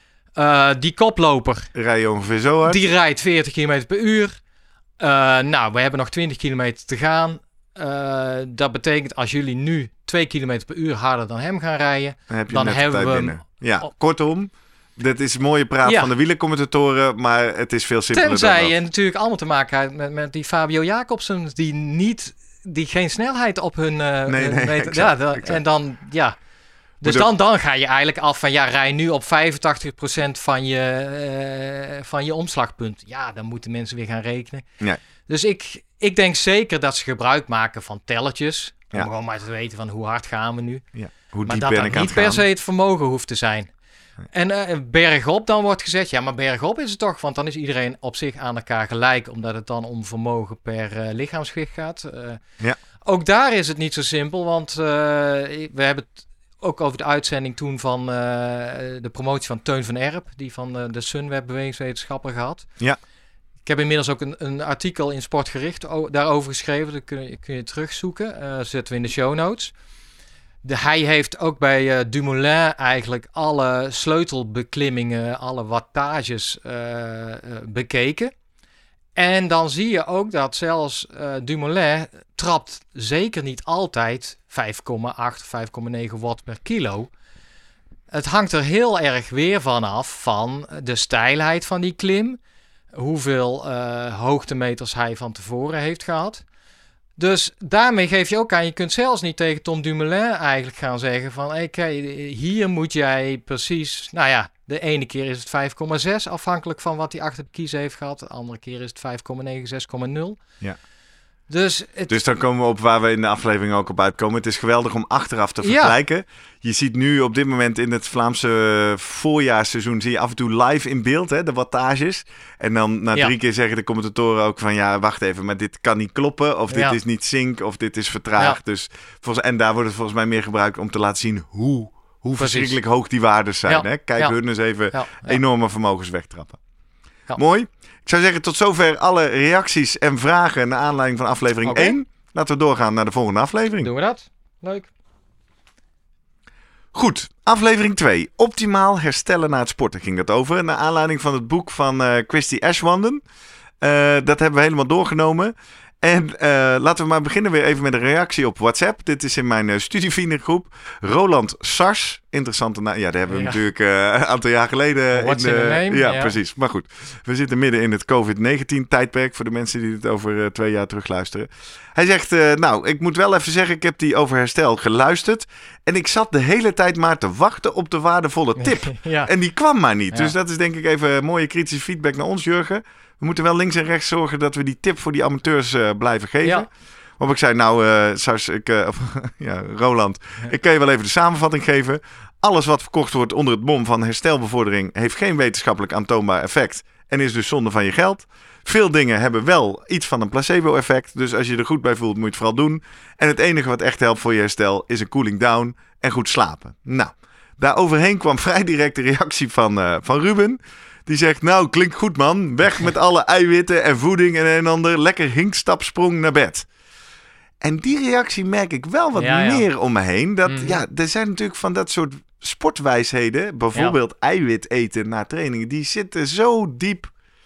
Uh, die koploper, rij je ongeveer zo hard? Die rijdt veertig kilometer per uur. Uh, nou, we hebben nog twintig kilometer te gaan. Uh, dat betekent als jullie nu twee kilometer per uur harder dan hem gaan rijden, dan, heb je dan hebben we hem... Ja, oh. kortom, dit is mooie praat ja. van de wielercommentatoren, maar het is veel simpeler Tenzij dan dat. je natuurlijk allemaal te maken hebt met, met die Fabio Jacobsen, die niet, die geen snelheid op hun... Uh, nee, nee, meter, exact, ja, dat, exact. En dan, ja... Dus dan, dan ga je eigenlijk af van, ja, rij nu op vijfentachtig procent van je, uh, van je omslagpunt. Ja, dan moeten mensen weer gaan rekenen. Nee. Dus ik, ik denk zeker dat ze gebruik maken van tellertjes. Om ja. gewoon maar te weten van hoe hard gaan we nu. Ja. Hoe maar diep dat ben dat ik aan niet het per gaan. se het vermogen hoeft te zijn. Nee. En uh, bergop dan wordt gezegd, ja, maar bergop is het toch, want dan is iedereen op zich aan elkaar gelijk, omdat het dan om vermogen per uh, lichaamsgewicht gaat. Uh, ja. Ook daar is het niet zo simpel, want uh, we hebben het ook over de uitzending toen van uh, de promotie van Teun van Erp, die van uh, de Sunweb bewegingswetenschapper gehad. Ja. Ik heb inmiddels ook een, een artikel in Sportgericht o- daarover geschreven. Dat kun je, kun je terugzoeken. Uh, zetten we in de show notes. De, hij heeft ook bij uh, Dumoulin eigenlijk alle sleutelbeklimmingen, alle wattages uh, uh, bekeken. En dan zie je ook dat zelfs uh, Dumoulin trapt zeker niet altijd vijf komma acht, vijf komma negen watt per kilo. Het hangt er heel erg weer van af van de steilheid van die klim. Hoeveel uh, hoogtemeters hij van tevoren heeft gehad. Dus daarmee geef je ook aan, je kunt zelfs niet tegen Tom Dumoulin eigenlijk gaan zeggen van, hey, kijk, hier moet jij precies, nou ja, de ene keer is het vijf komma zes, afhankelijk van wat hij achter de kiezen heeft gehad. De andere keer is het vijf komma negen, zes komma nul. Ja. Dus, het... dus dan komen we op waar we in de aflevering ook op uitkomen. Het is geweldig om achteraf te vergelijken. Ja. Je ziet nu op dit moment in het Vlaamse voorjaarsseizoen, zie je af en toe live in beeld, hè, de wattages. En dan na drie ja. keer zeggen de commentatoren ook van, ja, wacht even, maar dit kan niet kloppen. Of dit ja. is niet sync, of dit is vertraagd. Ja. Dus, volgens, en daar wordt het volgens mij meer gebruikt om te laten zien hoe, hoe verschrikkelijk hoog die waarden zijn. Ja. Hè? Kijk ja. hun eens even ja. enorme vermogens wegtrappen. Ja. Mooi. Ik zou zeggen, tot zover alle reacties en vragen naar aanleiding van aflevering okay. één. Laten we doorgaan naar de volgende aflevering. Doen we dat? Leuk. Goed, aflevering twee. Optimaal herstellen na het sporten ging dat over. Naar aanleiding van het boek van uh, Christy Ashwanden. Uh, dat hebben we helemaal doorgenomen. En uh, laten we maar beginnen weer even met een reactie op WhatsApp. Dit is in mijn uh, studievriendengroep. Roland Sars interessante naam. Ja, daar hebben we Ja. natuurlijk uh, een aantal jaar geleden... What's in de, in a name? Ja, Ja. precies. Maar goed, we zitten midden in het covid negentien tijdperk... voor de mensen die het over uh, twee jaar terugluisteren. Hij zegt, uh, nou, ik moet wel even zeggen... ik heb die over herstel geluisterd... en ik zat de hele tijd maar te wachten op de waardevolle tip. Ja. En die kwam maar niet. Ja. Dus dat is denk ik even mooie kritische feedback naar ons, Jurgen. We moeten wel links en rechts zorgen... dat we die tip voor die amateurs uh, blijven geven... Ja. Waarop ik zei, nou, uh, Sars, ik, uh, of, ja, Roland, ja. ik kan je wel even de samenvatting geven. Alles wat verkocht wordt onder het mom van herstelbevordering heeft geen wetenschappelijk aantoonbaar effect en is dus zonde van je geld. Veel dingen hebben wel iets van een placebo-effect, dus als je er goed bij voelt, moet je het vooral doen. En het enige wat echt helpt voor je herstel is een cooling down en goed slapen. Nou, daar overheen kwam vrij direct de reactie van, uh, van Ruben. Die zegt, nou, klinkt goed man, weg met alle eiwitten en voeding en een en ander, lekker hinkstapsprong naar bed. En die reactie merk ik wel wat ja, ja. meer om me heen. Dat, mm-hmm. ja, er zijn natuurlijk van dat soort sportwijsheden, bijvoorbeeld ja. eiwit eten na trainingen, die zitten zo diep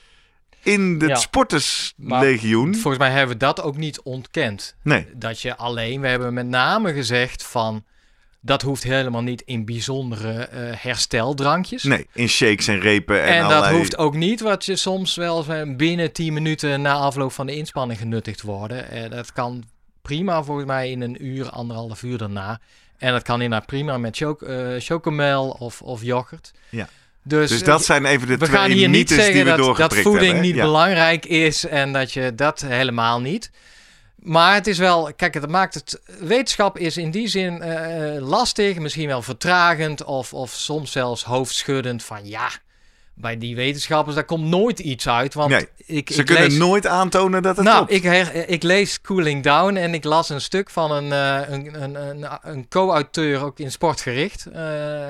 in het ja. sporterslegioen. Volgens mij hebben we dat ook niet ontkend. Nee. Dat je alleen, we hebben met name gezegd van, dat hoeft helemaal niet in bijzondere uh, hersteldrankjes. Nee, in shakes en repen. En, en allerlei... dat hoeft ook niet wat je soms wel binnen tien minuten na afloop van de inspanning genuttigd worden. Uh, dat kan prima volgens mij in een uur, anderhalf uur daarna. En dat kan inderdaad prima met choc- uh, chocomel of, of yoghurt. Ja. Dus, dus dat zijn even de we twee gaan hier niet zeggen die we dat, dat voeding hebben, niet ja. belangrijk is en dat je dat helemaal niet. Maar het is wel, kijk, het maakt het, wetenschap is in die zin uh, lastig, misschien wel vertragend of, of soms zelfs hoofdschuddend van ja, bij die wetenschappers, daar komt nooit iets uit. Want nee, ik, ze ik kunnen lees, nooit aantonen dat het nou, klopt. Ik, her, ik lees Cooling Down en ik las een stuk van een, uh, een, een, een, een co-auteur, ook in sportgericht. Uh,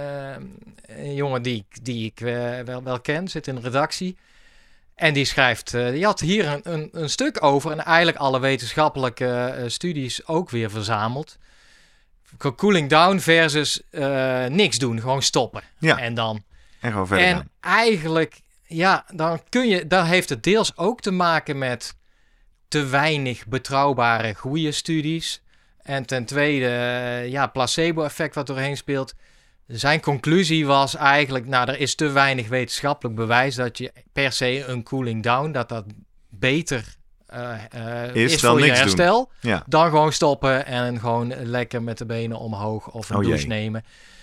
een jongen die, die ik uh, wel, wel ken, zit in de redactie. En die schrijft, uh, die had hier een, een, een stuk over en eigenlijk alle wetenschappelijke uh, studies ook weer verzameld. Cooling down versus uh, niks doen, gewoon stoppen. Ja. En dan. En gewoon verder En gaan. eigenlijk, ja, dan kun je, dan heeft het deels ook te maken met te weinig betrouwbare goede studies. En ten tweede, uh, ja, placebo-effect wat doorheen speelt. Zijn conclusie was eigenlijk, nou, er is te weinig wetenschappelijk bewijs dat je per se een cooling down, dat dat beter uh, uh, is, is dan voor je niks herstel, doen. Ja. dan gewoon stoppen en gewoon lekker met de benen omhoog of een oh, douche jee. nemen.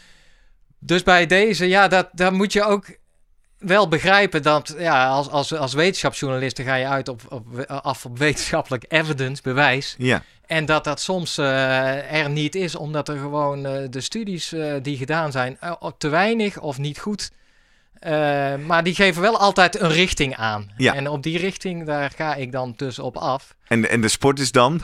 Dus bij deze, ja, dat, daar moet je ook wel begrijpen dat, ja, als, als, als wetenschapsjournalist ga je uit op, op, af op wetenschappelijk evidence, bewijs. Ja. En dat dat soms uh, er niet is, omdat er gewoon uh, de studies uh, die gedaan zijn uh, te weinig of niet goed. Uh, maar die geven wel altijd een richting aan. Ja. En op die richting, daar ga ik dan dus op af. En, en de sport is dan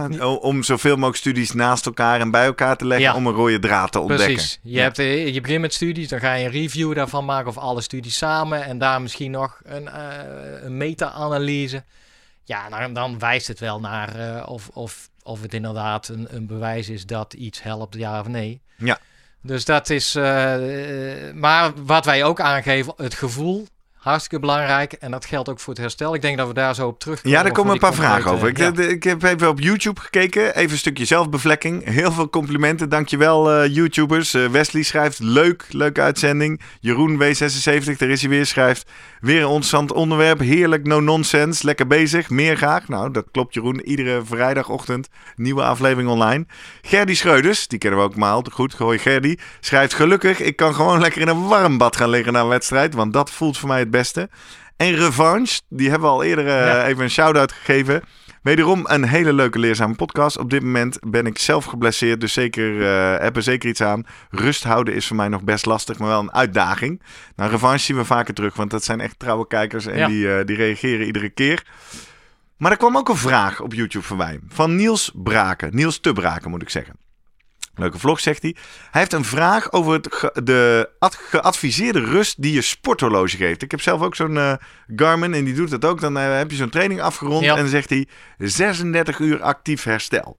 om zoveel mogelijk studies naast elkaar en bij elkaar te leggen, ja. om een rode draad te ontdekken. Precies. Je, ja. hebt, uh, je begint met studies, dan ga je een review daarvan maken of alle studies samen. En daar misschien nog een, uh, een meta-analyse. Ja, dan, dan wijst het wel naar uh, of, of, of het inderdaad een, een bewijs is dat iets helpt, ja of nee. Ja. Dus dat is... Uh, maar wat wij ook aangeven, het gevoel, hartstikke belangrijk. En dat geldt ook voor het herstel. Ik denk dat we daar zo op terugkomen. Ja, daar komen een paar vragen over. Ik, ja. ik heb even op YouTube gekeken. Even een stukje zelfbevlekking. Heel veel complimenten. Dankjewel uh, YouTubers. Uh, Wesley schrijft, leuk, leuke uitzending. Jeroen W zesenzeventig, daar is hij weer, schrijft, weer een interessant onderwerp. Heerlijk, no nonsense. Lekker bezig. Meer graag. Nou, dat klopt Jeroen. Iedere vrijdagochtend nieuwe aflevering online. Gerdy Schreuders, die kennen we ook maar goed. Gooi Gerdy. Schrijft, gelukkig, ik kan gewoon lekker in een warm bad gaan liggen na een wedstrijd. Want dat voelt voor mij het beste. En Revanche, die hebben we al eerder uh, ja. even een shout-out gegeven. Wederom een hele leuke leerzame podcast. Op dit moment ben ik zelf geblesseerd, dus zeker, uh, heb er zeker iets aan. Rust houden is voor mij nog best lastig, maar wel een uitdaging. Nou, Revanche zien we vaker terug, want dat zijn echt trouwe kijkers en ja. die, uh, die reageren iedere keer. Maar er kwam ook een vraag op YouTube voorbij. Van Niels Braken. Niels te Braken, moet ik zeggen. Leuke vlog, zegt hij. Hij heeft een vraag over het ge- de ad- geadviseerde rust die je sporthorloge geeft. Ik heb zelf ook zo'n uh, Garmin en die doet dat ook. Dan uh, heb je zo'n training afgerond ja. en dan zegt hij zesendertig uur actief herstel.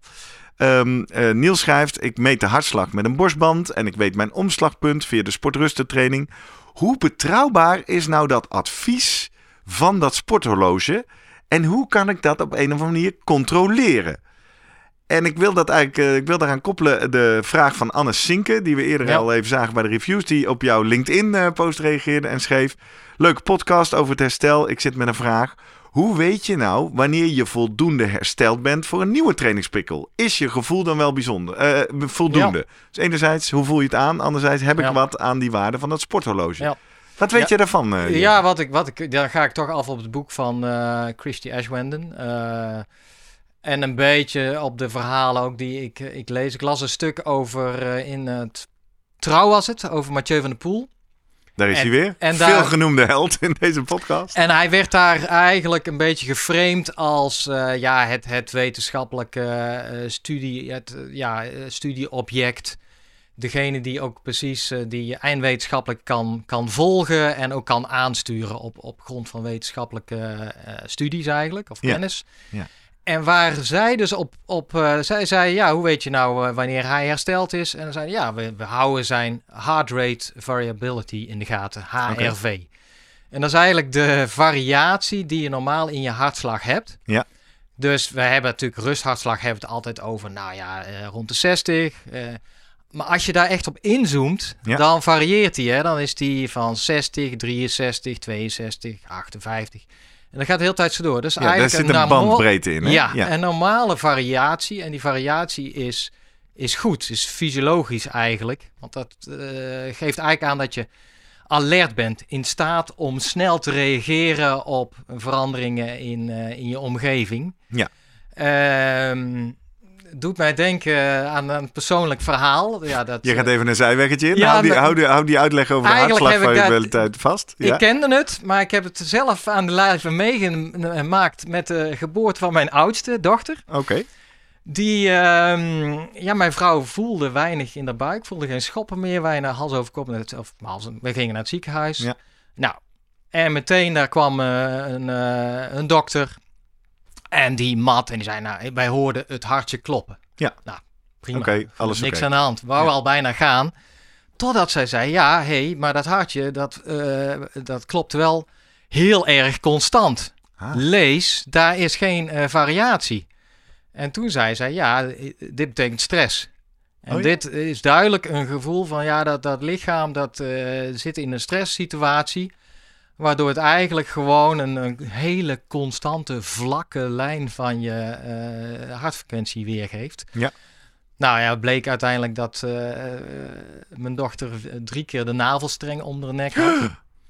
Um, uh, Niels schrijft, ik meet de hartslag met een borstband en ik weet mijn omslagpunt via de sportrustentraining. Hoe betrouwbaar is nou dat advies van dat sporthorloge en hoe kan ik dat op een of andere manier controleren? En ik wil dat eigenlijk, uh, ik wil daaraan koppelen de vraag van Anne Sinke, die we eerder ja. al even zagen bij de reviews, die op jouw LinkedIn-post reageerde en schreef: leuke podcast over het herstel. Ik zit met een vraag. Hoe weet je nou wanneer je voldoende hersteld bent voor een nieuwe trainingsprikkel? Is je gevoel dan wel bijzonder, uh, voldoende? Ja. Dus enerzijds, hoe voel je het aan? Anderzijds, heb ik ja. wat aan die waarde van dat sporthorloge? Ja. Wat weet ja. je daarvan? Uh, ja, wat ik, wat ik, dan ga ik toch af op het boek van uh, Christy Ashwenden. Uh, en een beetje op de verhalen ook die ik, ik lees. Ik las een stuk over uh, in het Trouw was het, over Mathieu van der Poel. Daar is en, hij weer. En Veel daar, genoemde held in deze podcast. En hij werd daar eigenlijk een beetje geframed als uh, ja, het, het wetenschappelijke uh, studie, het uh, ja, studieobject. Degene die ook precies uh, die eindwetenschappelijk kan, kan volgen en ook kan aansturen op, op grond van wetenschappelijke uh, studies eigenlijk, of kennis. Ja. Ja. En waar zij dus op, op uh, zij zei, ja, hoe weet je nou uh, wanneer hij hersteld is? En dan zei ja, we, we houden zijn heart rate variability in de gaten, H R V. Okay. En dat is eigenlijk de variatie die je normaal in je hartslag hebt. Ja. Dus we hebben natuurlijk rusthartslag, hebben we het altijd over, nou ja, uh, rond de zestig. Uh, maar als je daar echt op inzoomt, ja. dan varieert die. Hè? Dan is die van zestig, drieënzestig, tweeënzestig, achtenvijftig. En dat gaat de hele tijd zo door. Dus ja, eigenlijk daar zit een, een bandbreedte in. Hè? Ja, ja, een normale variatie. En die variatie is, is goed, is fysiologisch eigenlijk. Want dat uh, geeft eigenlijk aan dat je alert bent. In staat om snel te reageren op veranderingen in, uh, in je omgeving. Ja. Um, doet mij denken aan een persoonlijk verhaal. Ja, dat, je gaat even een zijweggetje in. Ja, hou, die, maar, hou, die, hou die uitleg over de hartslagvariabiliteit vast. Ja? Ik kende het, maar ik heb het zelf aan de lijve meegemaakt met de geboorte van mijn oudste dochter. Oké. Okay. Die, um, ja, mijn vrouw voelde weinig in de buik, voelde geen schoppen meer, weinig hals over kop. Of, we gingen naar het ziekenhuis. Ja. Nou, en meteen daar kwam uh, een, uh, een dokter. En die mat en die zei, nou, wij hoorden het hartje kloppen. Ja. Nou, prima. Okay, alles Niks okay. aan de hand. Wou ja. al bijna gaan. Totdat zij zei, ja, hé, hey, maar dat hartje, dat, uh, dat klopt wel heel erg constant. Ah. Lees, daar is geen uh, variatie. En toen zei zij, ja, dit betekent stress. En oh, ja? dit is duidelijk een gevoel van, ja, dat, dat lichaam, dat uh, zit in een stresssituatie. Waardoor het eigenlijk gewoon een, een hele constante vlakke lijn van je uh, hartfrequentie weergeeft. Ja. Nou ja, het bleek uiteindelijk dat uh, uh, mijn dochter drie keer de navelstreng om haar nek had.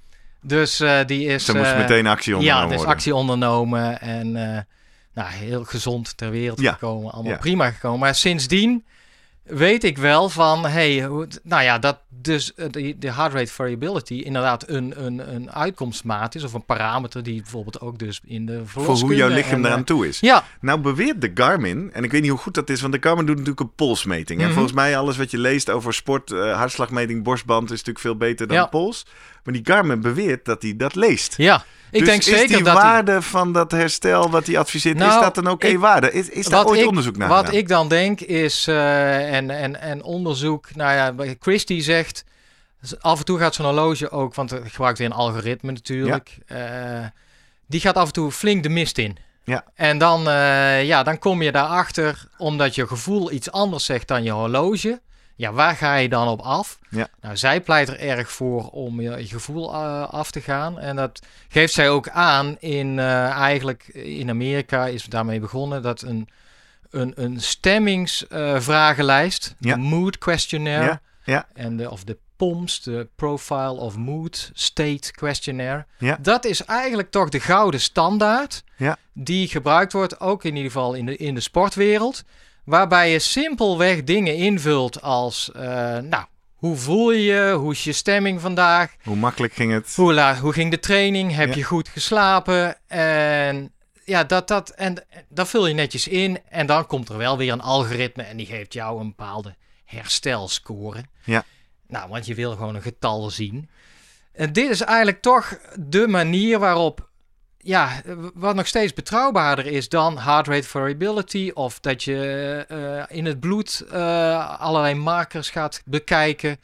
Dus uh, die is... Ze moest uh, meteen actie ondernomen Ja, er is worden. actie ondernomen en uh, nou, heel gezond ter wereld ja. gekomen. Allemaal ja. prima gekomen. Maar sindsdien weet ik wel van, hey, nou ja, dat dus de, de heart rate variability inderdaad een, een, een uitkomstmaat is of een parameter die bijvoorbeeld ook dus in de verloskunde... Voor hoe jouw lichaam en, eraan toe is. Ja. Nou beweert de Garmin, en ik weet niet hoe goed dat is, want de Garmin doet natuurlijk een polsmeting. Mm-hmm. En volgens mij alles wat je leest over sport, uh, hartslagmeting, borstband is natuurlijk veel beter dan ja. de pols. Maar die Garmin beweert dat hij dat leest. Ja. Ik dus denk is zeker die dat waarde die... van dat herstel wat hij adviseert, nou, is dat dan ook één waarde? Is, is daar ooit ik, onderzoek naar Wat gedaan? ik dan denk is, uh, en, en, en onderzoek, nou ja, Christy zegt, af en toe gaat zo'n horloge ook, want het gebruikt weer een algoritme natuurlijk, ja. uh, die gaat af en toe flink de mist in. Ja. En dan, uh, ja, dan kom je daarachter, omdat je gevoel iets anders zegt dan je horloge. Ja, waar ga je dan op af? Ja. Nou, zij pleit er erg voor om je, je gevoel uh, af te gaan. En dat geeft zij ook aan in uh, eigenlijk in Amerika is daarmee begonnen dat een, een, een stemmingsvragenlijst, uh, ja. de Mood Questionnaire, ja. Ja. en de, of de P O M S, de Profile of Mood State Questionnaire. Ja. Dat is eigenlijk toch de gouden standaard ja. die gebruikt wordt, ook in ieder geval in de, in de sportwereld. Waarbij je simpelweg dingen invult als, uh, nou, hoe voel je je? Hoe is je stemming vandaag? Hoe makkelijk ging het? Hoe, la- hoe ging de training? Heb ja. je goed geslapen? En ja, dat, dat, en dat vul je netjes in. En dan komt er wel weer een algoritme en die geeft jou een bepaalde herstelscore. Ja. Nou, want je wil gewoon een getal zien. En dit is eigenlijk toch de manier waarop... Ja, wat nog steeds betrouwbaarder is dan heart rate variability of dat je uh, in het bloed uh, allerlei markers gaat bekijken,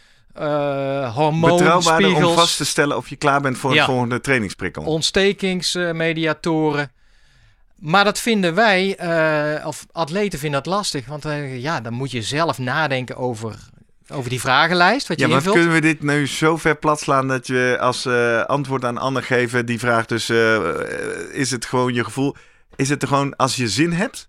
uh, hormoonspiegels. Betrouwbaarder om vast te stellen of je klaar bent voor ja. een volgende trainingsprikkel. Ontstekingsmediatoren. Maar dat vinden wij, uh, of atleten vinden dat lastig. Want uh, ja, dan moet je zelf nadenken over, over die vragenlijst. Wat je ja, maar invult. Kunnen we dit nu zo ver platslaan dat je als uh, antwoord aan Anne geven die vraagt dus, uh, is het gewoon je gevoel, is het er gewoon als je zin hebt?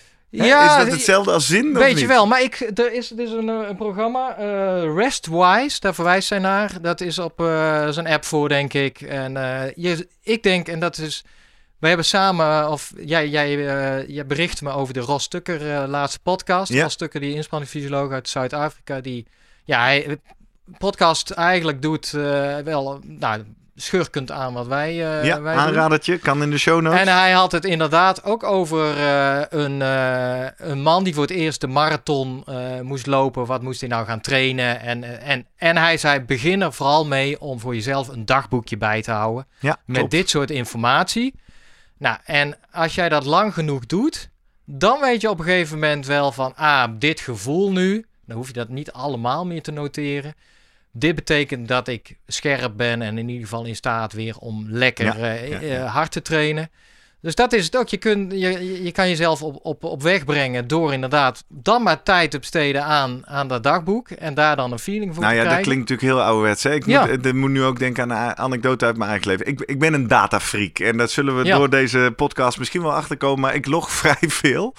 Ja, is dat hetzelfde als zin? Weet of je wel, maar ik, er is, er is een, een programma, uh, Restwise, daar verwijst zij naar. Dat is op uh, zijn app voor, denk ik. En uh, je, ik denk, en dat is... We hebben samen, of jij, jij, uh, jij bericht me over de Ros Tucker uh, laatste podcast. Ja. Ros Tucker, die inspanningsfysioloog uit Zuid-Afrika, die... Ja, hij podcast eigenlijk doet uh, wel... Nou, schurkend aan wat wij, uh, ja, wij aanradertje, kan in de show notes. En hij had het inderdaad ook over uh, een, uh, een man die voor het eerst de marathon uh, moest lopen. Wat moest hij nou gaan trainen? En, en, en hij zei, begin er vooral mee om voor jezelf een dagboekje bij te houden. Ja, met klopt. dit soort informatie. Nou, en als jij dat lang genoeg doet, dan weet je op een gegeven moment wel van, ah, dit gevoel nu, dan hoef je dat niet allemaal meer te noteren. Dit betekent dat ik scherp ben en in ieder geval in staat weer om lekker ja, uh, ja, ja. hard te trainen. Dus dat is het ook. Je, kunt, je, je kan jezelf op, op, op weg brengen door inderdaad dan maar tijd te besteden aan, aan dat dagboek. En daar dan een feeling voor nou te ja, krijgen. Dat klinkt natuurlijk heel ouderwets. Hè? Ik ja. moet, ik moet nu ook denken aan een anekdote uit mijn eigen leven. Ik, ik ben een datafreak. En dat zullen we ja. door deze podcast misschien wel achterkomen. Maar ik log vrij veel.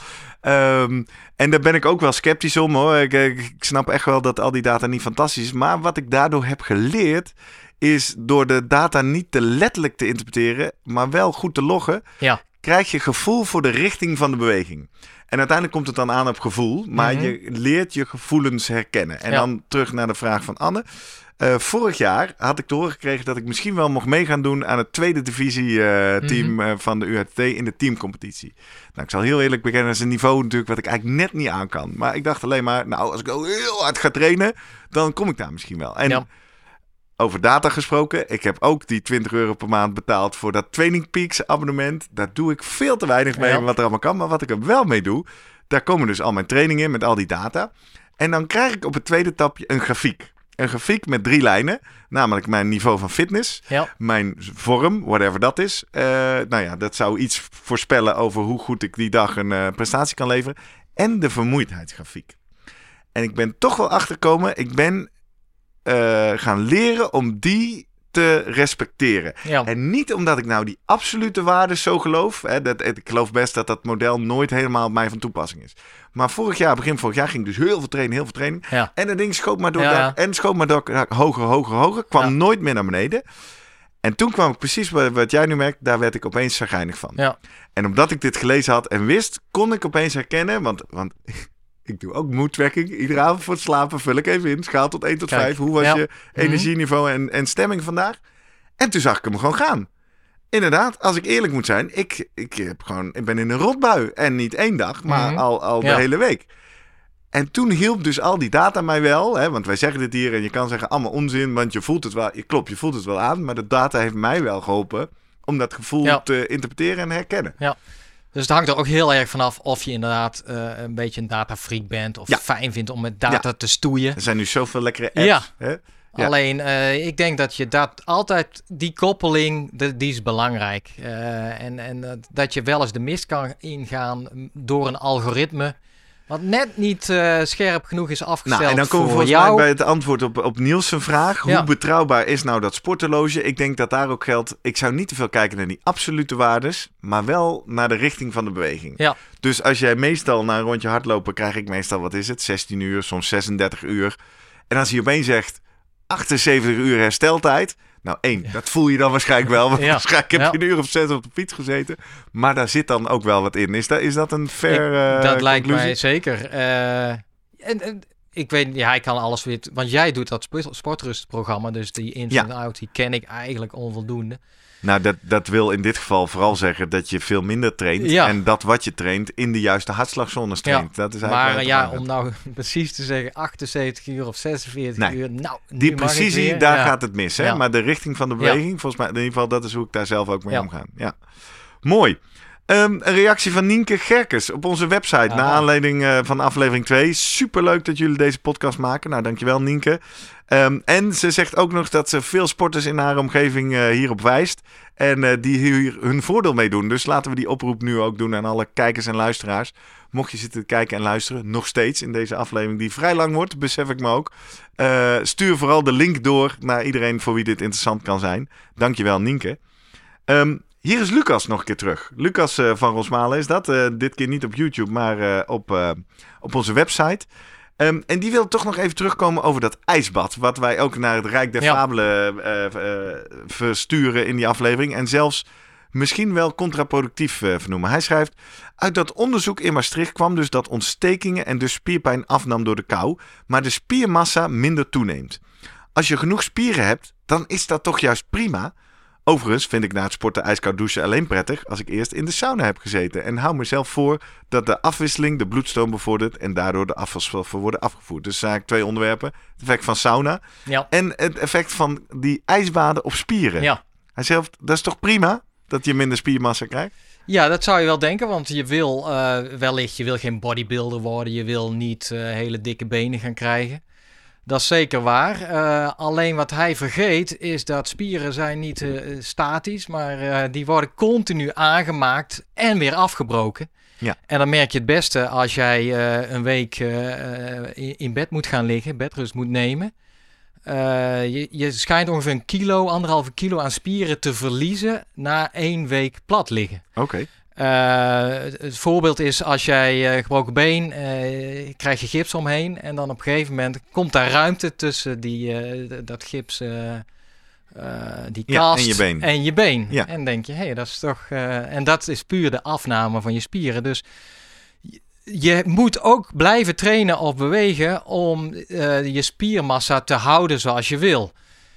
Um, en daar ben ik ook wel sceptisch om hoor. Ik, ik, ik snap echt wel dat al die data niet fantastisch is. Maar wat ik daardoor heb geleerd, is door de data niet te letterlijk te interpreteren, maar wel goed te loggen, ja. krijg je gevoel voor de richting van de beweging. En uiteindelijk komt het dan aan op gevoel, maar mm-hmm. je leert je gevoelens herkennen. En ja. dan terug naar de vraag van Anne. Uh, vorig jaar had ik te horen gekregen dat ik misschien wel mocht mee gaan doen aan het tweede divisie uh, team mm-hmm. uh, van de U H T in de teamcompetitie. Nou, ik zal heel eerlijk bekennen, dat is een niveau natuurlijk wat ik eigenlijk net niet aan kan. Maar ik dacht alleen maar, nou, als ik al heel hard ga trainen, dan kom ik daar misschien wel. En ja. over data gesproken, ik heb ook die twintig euro per maand betaald voor dat Training Peaks abonnement. Daar doe ik veel te weinig mee, ja. wat er allemaal kan. Maar wat ik er wel mee doe, daar komen dus al mijn trainingen in met al die data. En dan krijg ik op het tweede tapje een grafiek. Een grafiek met drie lijnen, namelijk mijn niveau van fitness, ja. mijn vorm, whatever dat is. Uh, nou ja, dat zou iets voorspellen over hoe goed ik die dag een uh, prestatie kan leveren. En de vermoeidheidsgrafiek. En ik ben toch wel achtergekomen, ik ben uh, gaan leren om die te respecteren. Ja. En niet omdat ik nou die absolute waarden zo geloof. Hè, dat, ik geloof best dat dat model nooit helemaal op mij van toepassing is. Maar vorig jaar, begin vorig jaar, ging ik dus heel veel trainen, heel veel training. Ja. En dat ding schoot maar door ja, dak, ja. en schoot maar door dak, hoger, hoger, hoger. Kwam ja. nooit meer naar beneden. En toen kwam ik precies wat, wat jij nu merkt, daar werd ik opeens chagrijnig van. Ja. En omdat ik dit gelezen had en wist, kon ik opeens herkennen, want... want ik doe ook mood tracking. Iedere avond voor het slapen vul ik even in. Schaal tot één tot Kijk. vijf. Hoe was ja. je energieniveau en, en stemming vandaag? En toen zag ik hem gewoon gaan. Inderdaad, als ik eerlijk moet zijn, ik, ik, heb gewoon, ik ben in een rotbui. En niet één dag, maar mm-hmm. al, al de ja. hele week. En toen hielp dus al die data mij wel. Hè, want wij zeggen dit hier en je kan zeggen allemaal onzin. Want je voelt het wel, je klopt, je voelt het wel aan. Maar de data heeft mij wel geholpen om dat gevoel ja. te interpreteren en herkennen. Ja. Dus het hangt er ook heel erg vanaf of je inderdaad uh, een beetje een datafreak bent. Of ja. fijn vindt om met data ja. te stoeien. Er zijn nu zoveel lekkere apps. Ja. Hè? Ja. Alleen, uh, ik denk dat je dat altijd, die koppeling, de, die is belangrijk. Uh, en en uh, dat je wel eens de mist kan ingaan door een algoritme wat net niet uh, scherp genoeg is afgesteld nou, en dan komen we volgens jou. mij bij het antwoord op, op Niels' zijn vraag. Hoe ja. betrouwbaar is nou dat sporthorloge? Ik denk dat daar ook geldt. Ik zou niet te veel kijken naar die absolute waardes, maar wel naar de richting van de beweging. Ja. Dus als jij meestal naar een rondje hardlopen, krijg ik meestal, wat is het, zestien uur, soms zesendertig uur. En als hij opeens zegt achtenzeventig uur hersteltijd. Nou, één, ja. dat voel je dan waarschijnlijk wel. Want ja. waarschijnlijk heb je ja. een uur of zes op de fiets gezeten. Maar daar zit dan ook wel wat in. Is dat, is dat een fair ik, uh, Dat lijkt conclusie? mij zeker. Uh, en, en ik weet, ja, ik kan alles weer... Want jij doet dat sportrustprogramma. Dus die ins en ja. out, die ken ik eigenlijk onvoldoende. Nou, dat, dat wil in dit geval vooral zeggen dat je veel minder traint. Ja. En dat wat je traint in de juiste hartslagzones traint. Ja. Dat is maar ja, om nou precies te zeggen achtenzeventig uur of zesenveertig nee. uur. Nou, die precisie, daar ja. gaat het mis. Hè? Ja. Maar de richting van de beweging, ja. volgens mij, in ieder geval, dat is hoe ik daar zelf ook mee ja. omga. Ja. Mooi. Um, een reactie van Nienke Gerkes op onze website. Ah. Naar aanleiding uh, van aflevering twee. Superleuk dat jullie deze podcast maken. Nou, dankjewel Nienke. Um, en ze zegt ook nog dat ze veel sporters in haar omgeving uh, hierop wijst. En uh, die hier hun voordeel mee doen. Dus laten we die oproep nu ook doen aan alle kijkers en luisteraars. Mocht je zitten kijken en luisteren, nog steeds in deze aflevering die vrij lang wordt, besef ik me ook. Uh, stuur vooral de link door naar iedereen voor wie dit interessant kan zijn. Dankjewel Nienke. Um, hier is Lucas nog een keer terug. Lucas uh, van Rosmalen is dat. Uh, dit keer niet op YouTube, maar uh, op, uh, op onze website. Um, en die wil toch nog even terugkomen over dat ijsbad. Wat wij ook naar het Rijk der ja. Fabelen uh, uh, versturen in die aflevering. En zelfs misschien wel contraproductief uh, vernoemen. Hij schrijft: uit dat onderzoek in Maastricht kwam dus dat ontstekingen en dus spierpijn afnam door de kou. Maar de spiermassa minder toeneemt. Als je genoeg spieren hebt, dan is dat toch juist prima. Overigens vind ik na het sporten ijskoud douchen alleen prettig als ik eerst in de sauna heb gezeten. En hou mezelf voor dat de afwisseling de bloedstroom bevordert en daardoor de afvalstoffen worden afgevoerd. Dus eigenlijk twee onderwerpen. Het effect van sauna ja. en het effect van die ijsbaden op spieren. Ja. Hij zegt, dat is toch prima dat je minder spiermassa krijgt? Ja, dat zou je wel denken, want je wil uh, wellicht, je wil geen bodybuilder worden, je wil niet uh, hele dikke benen gaan krijgen. Dat is zeker waar. Uh, alleen wat hij vergeet is dat spieren zijn niet uh, statisch, maar uh, die worden continu aangemaakt en weer afgebroken. Ja. En dan merk je het beste als jij uh, een week uh, in, in bed moet gaan liggen, bedrust moet nemen. Uh, je, je schijnt ongeveer een kilo, anderhalve kilo aan spieren te verliezen na één week plat liggen. Oké. Okay. Uh, het voorbeeld is als jij uh, gebroken been, uh, krijg je gips omheen en dan op een gegeven moment komt daar ruimte tussen die, uh, dat gips, uh, uh, die kast ja, en je been. En, je been. Ja. En denk je, hé, hey, dat is toch... Uh, en dat is puur de afname van je spieren. Dus je moet ook blijven trainen of bewegen om uh, je spiermassa te houden zoals je wil.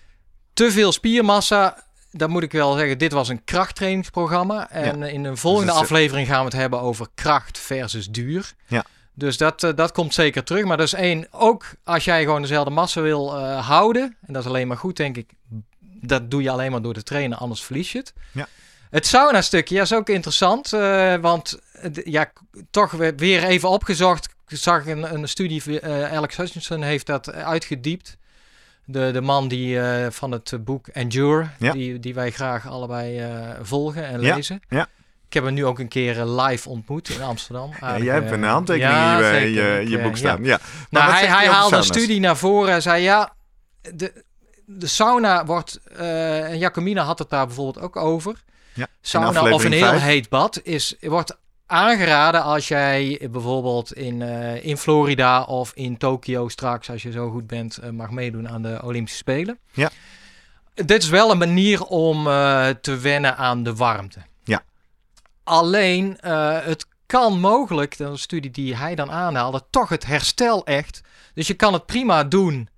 Te veel spiermassa... Dan moet ik wel zeggen, dit was een krachttrainingsprogramma. En ja. in een volgende dus aflevering gaan we het hebben over kracht versus duur. Ja. Dus dat, uh, dat komt zeker terug. Maar dat is één, ook als jij gewoon dezelfde massa wil uh, houden. En dat is alleen maar goed, denk ik. Dat doe je alleen maar door te trainen, anders verlies je het. Ja. Het sauna stukje, ja, is ook interessant. Uh, want ja, toch weer even opgezocht. Ik zag een, een studie, uh, Alex Hutchinson heeft dat uitgediept. De, de man die uh, van het boek Endure, ja. die, die wij graag allebei uh, volgen en ja. lezen. Ja. Ik heb hem nu ook een keer uh, live ontmoet in Amsterdam. Ja, jij hebt een handtekening ja, hier in je, je boek staan. Ja. Ja. Nou, hij, hij haalde een studie naar voren en zei ja, de, de sauna wordt, uh, en Jacomina had het daar bijvoorbeeld ook over. Ja, sauna of een heel vijf. heet bad is, wordt aangeraden als jij bijvoorbeeld in, uh, in Florida of in Tokio straks, als je zo goed bent, uh, mag meedoen aan de Olympische Spelen. Ja. Dit is wel een manier om uh, te wennen aan de warmte. Ja. Alleen, uh, het kan mogelijk, dat is een studie die hij dan aanhaalde, toch het herstel echt. Dus je kan het prima doen,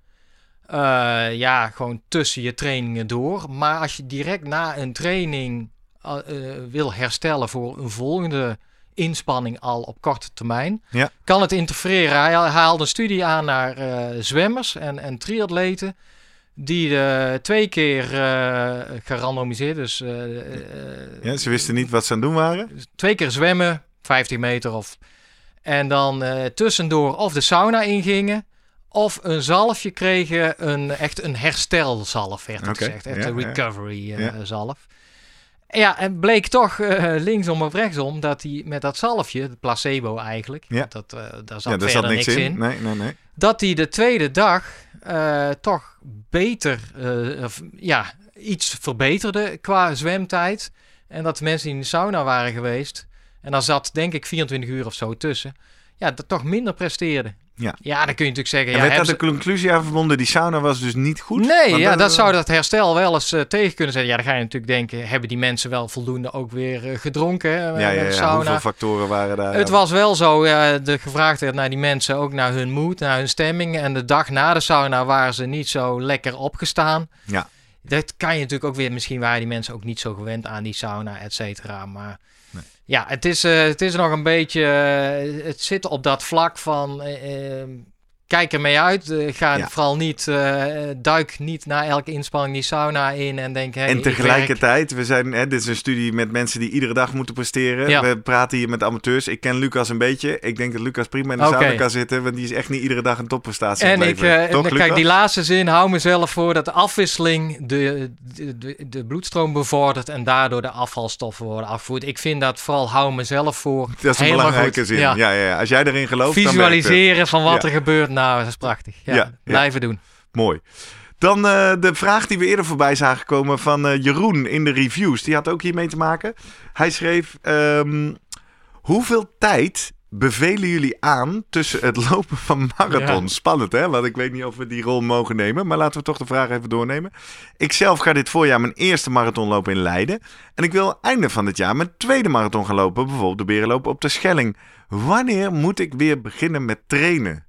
uh, ja, gewoon tussen je trainingen door. Maar als je direct na een training uh, uh, wil herstellen voor een volgende inspanning al op korte termijn, ja. kan het interfereren. Hij haalde een studie aan naar uh, zwemmers en, en triatleten die uh, twee keer uh, gerandomiseerd, dus uh, uh, ja, ze wisten niet wat ze aan het doen waren. Twee keer zwemmen, vijftig meter of en dan uh, tussendoor of de sauna ingingen of een zalfje kregen, een echt een herstelzalf werd okay. gezegd, echt ja, een recovery uh, ja. zalf. Ja, en bleek toch uh, linksom of rechtsom dat hij met dat zalfje, het placebo eigenlijk, ja. dat, uh, daar zat ja, verder zat niks, niks in, in. Nee, nee, nee. dat hij de tweede dag uh, toch beter, uh, of, ja, iets verbeterde qua zwemtijd. En dat de mensen die in de sauna waren geweest, en daar zat denk ik vierentwintig uur of zo tussen, ja, dat toch minder presteerden. Ja. ja, dan kun je natuurlijk zeggen... En ja, werd daar ze... de conclusie aan verbonden, die sauna was dus niet goed? Nee, ja, dat, dat zou dat herstel wel eens uh, tegen kunnen zetten. Ja, dan ga je natuurlijk denken, hebben die mensen wel voldoende ook weer uh, gedronken? Hè, ja, ja, ja, sauna. Hoeveel factoren waren daar? Het ja. was wel zo, uh, de gevraagd werd naar die mensen ook naar hun moed, naar hun stemming. En de dag na de sauna waren ze niet zo lekker opgestaan. Ja. Dat kan je natuurlijk ook weer, misschien waren die mensen ook niet zo gewend aan die sauna, et cetera. Maar... Nee. Ja, het is, uh, het is nog een beetje... Uh, het zit op dat vlak van... Uh, uh, kijk ermee uit. Uh, ga ja. vooral niet, uh, duik niet na elke inspanning die sauna in en denk... Hey, en tegelijkertijd, we zijn, hè, dit is een studie met mensen die iedere dag moeten presteren. Ja. We praten hier met amateurs. Ik ken Lucas een beetje. Ik denk dat Lucas prima in de okay. sauna kan zitten, want die is echt niet iedere dag een topprestatie. En ik, uh, Toch, kijk, Lucas? Die laatste zin, hou mezelf voor dat de afwisseling de, de, de, de bloedstroom bevordert en daardoor de afvalstoffen worden afgevoerd. Ik vind dat vooral hou mezelf voor. Dat is een belangrijke goed. zin. Ja. Ja, ja, ja. Als jij erin gelooft, visualiseren van wat ja. er gebeurt. Nou, dat is prachtig. Ja, ja, blijven ja. doen. Mooi. Dan uh, de vraag die we eerder voorbij zagen komen van uh, Jeroen in de reviews. Die had ook hiermee te maken. Hij schreef, um, hoeveel tijd bevelen jullie aan tussen het lopen van marathon? Ja. Spannend, hè? Want ik weet niet of we die rol mogen nemen. Maar laten we toch de vraag even doornemen. Ik zelf ga dit voorjaar mijn eerste marathon lopen in Leiden. En ik wil einde van dit jaar mijn tweede marathon gaan lopen. Bijvoorbeeld de Berenloop op de Schelling. Wanneer moet ik weer beginnen met trainen?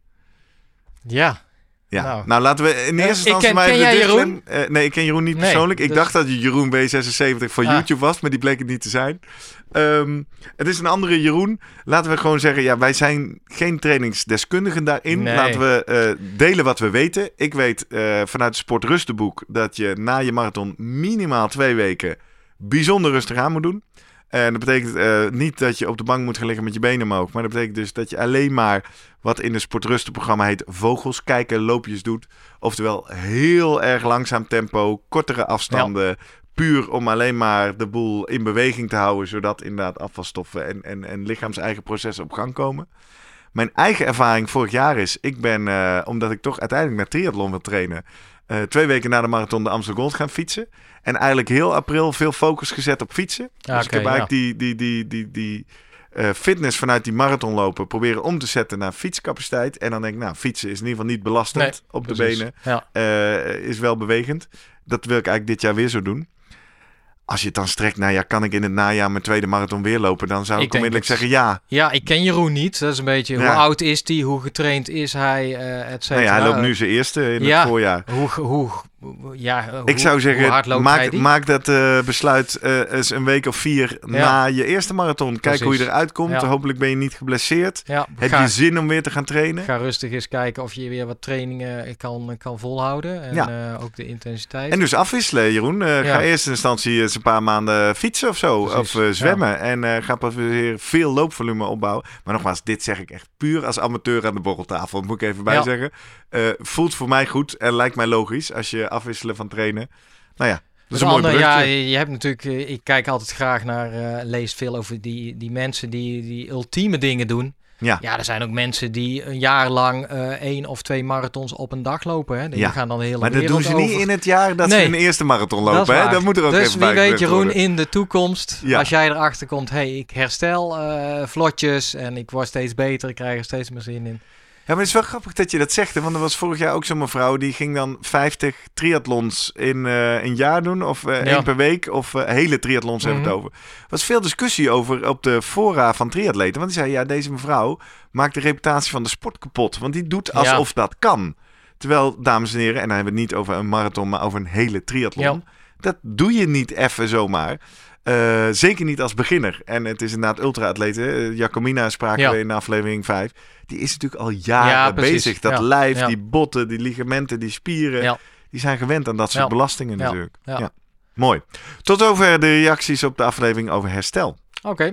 Ja. Ja, nou, nou laten we in eerste uh, instantie... Ken, ken jij Jeroen? Uh, nee, ik ken Jeroen niet nee, persoonlijk. Ik dus... dacht dat je Jeroen B zesenzeventig van ah. YouTube was, maar die bleek het niet te zijn. Um, het is een andere Jeroen. Laten we gewoon zeggen, ja, wij zijn geen trainingsdeskundigen daarin. Nee. Laten we uh, delen wat we weten. Ik weet uh, vanuit het Sportrustenboek dat je na je marathon minimaal twee weken bijzonder rustig aan moet doen. En dat betekent uh, niet dat je op de bank moet gaan liggen met je benen omhoog. Maar dat betekent dus dat je alleen maar wat in het Sportrustenprogramma heet vogels kijken, loopjes doet. Oftewel heel erg langzaam tempo, kortere afstanden. Ja. Puur om alleen maar de boel in beweging te houden. Zodat inderdaad afvalstoffen en, en, en lichaams-eigen processen op gang komen. Mijn eigen ervaring vorig jaar is, ik ben, uh, omdat ik toch uiteindelijk naar triathlon wil trainen. Uh, twee weken na de marathon de Amstel Gold gaan fietsen. En eigenlijk heel april veel focus gezet op fietsen. Ah, dus okay, ik heb eigenlijk ja. die, die, die, die, die uh, fitness vanuit die marathon lopen proberen om te zetten naar fietscapaciteit. En dan denk ik, nou, fietsen is in ieder geval niet belastend nee, op de precies. benen. Ja. Uh, is wel bewegend. Dat wil ik eigenlijk dit jaar weer zo doen. Als je het dan strekt naar, ja, kan ik in het najaar mijn tweede marathon weer lopen? Dan zou ik, ik onmiddellijk dat... zeggen ja. Ja, ik ken Jeroen niet. Dat is een beetje, ja. hoe oud is hij? Hoe getraind is hij? Uh, et cetera. Nou ja, hij loopt nu zijn eerste in ja. het voorjaar. Hoe, hoe, ja, hoe, ik zou zeggen, maak, hij maak dat uh, besluit uh, eens een week of vier ja. na je eerste marathon. Kijk Precies. hoe je eruit komt. Ja. Hopelijk ben je niet geblesseerd. Ja. Heb ga, je zin om weer te gaan trainen? Ga rustig eens kijken of je weer wat trainingen kan, kan volhouden. En ja. uh, ook de intensiteit. En dus afwisselen, Jeroen. Uh, ja. Ga eerst in instantie eens een paar maanden fietsen of zo. Precies. Of uh, zwemmen. Ja. En uh, ga pas weer veel loopvolume opbouwen. Maar nogmaals, dit zeg ik echt puur als amateur aan de borreltafel. Dat moet ik even bij ja. zeggen. Uh, voelt voor mij goed en lijkt mij logisch als je afwisselen van trainen. Nou ja, dat is dus een mooi ander, Ja, je hebt natuurlijk... Ik kijk altijd graag naar... Uh, lees veel over die, die mensen die, die ultieme dingen doen. Ja. ja, er zijn ook mensen die een jaar lang uh, één of twee marathons op een dag lopen. Hè. Die ja. gaan dan de hele maar dat wereld doen ze niet over. in het jaar dat nee. ze een eerste marathon lopen. Dat, hè? Dat moet er ook dus even bij wie weet, Jeroen, worden. in de toekomst, ja. als jij erachter komt, hey, ik herstel uh, vlotjes en ik word steeds beter, ik krijg er steeds meer zin in. Ja, maar het is wel grappig dat je dat zegt. Hè? Want er was vorig jaar ook zo'n mevrouw die ging dan vijftig triathlons in uh, een jaar doen. Of uh, ja. één per week. Of uh, hele triathlons mm-hmm. hebben we het over. Er was veel discussie over op de fora van triatleten. Want die zei, ja, deze mevrouw maakt de reputatie van de sport kapot. Want die doet alsof ja. dat kan. Terwijl, dames en heren, en dan hebben we het niet over een marathon, maar over een hele triathlon. Ja. Dat doe je niet even zomaar. Uh, zeker niet als beginner. En het is inderdaad ultra-atleten. Uh, Jacomina spraken ja. we in aflevering vijf. Die is natuurlijk al jaren ja, bezig. Dat ja. lijf, ja. die botten, die ligamenten, die spieren. Ja. Die zijn gewend aan dat soort ja. belastingen ja. natuurlijk. Ja. Ja. Mooi. Tot over de reacties op de aflevering over herstel. Oké. Okay.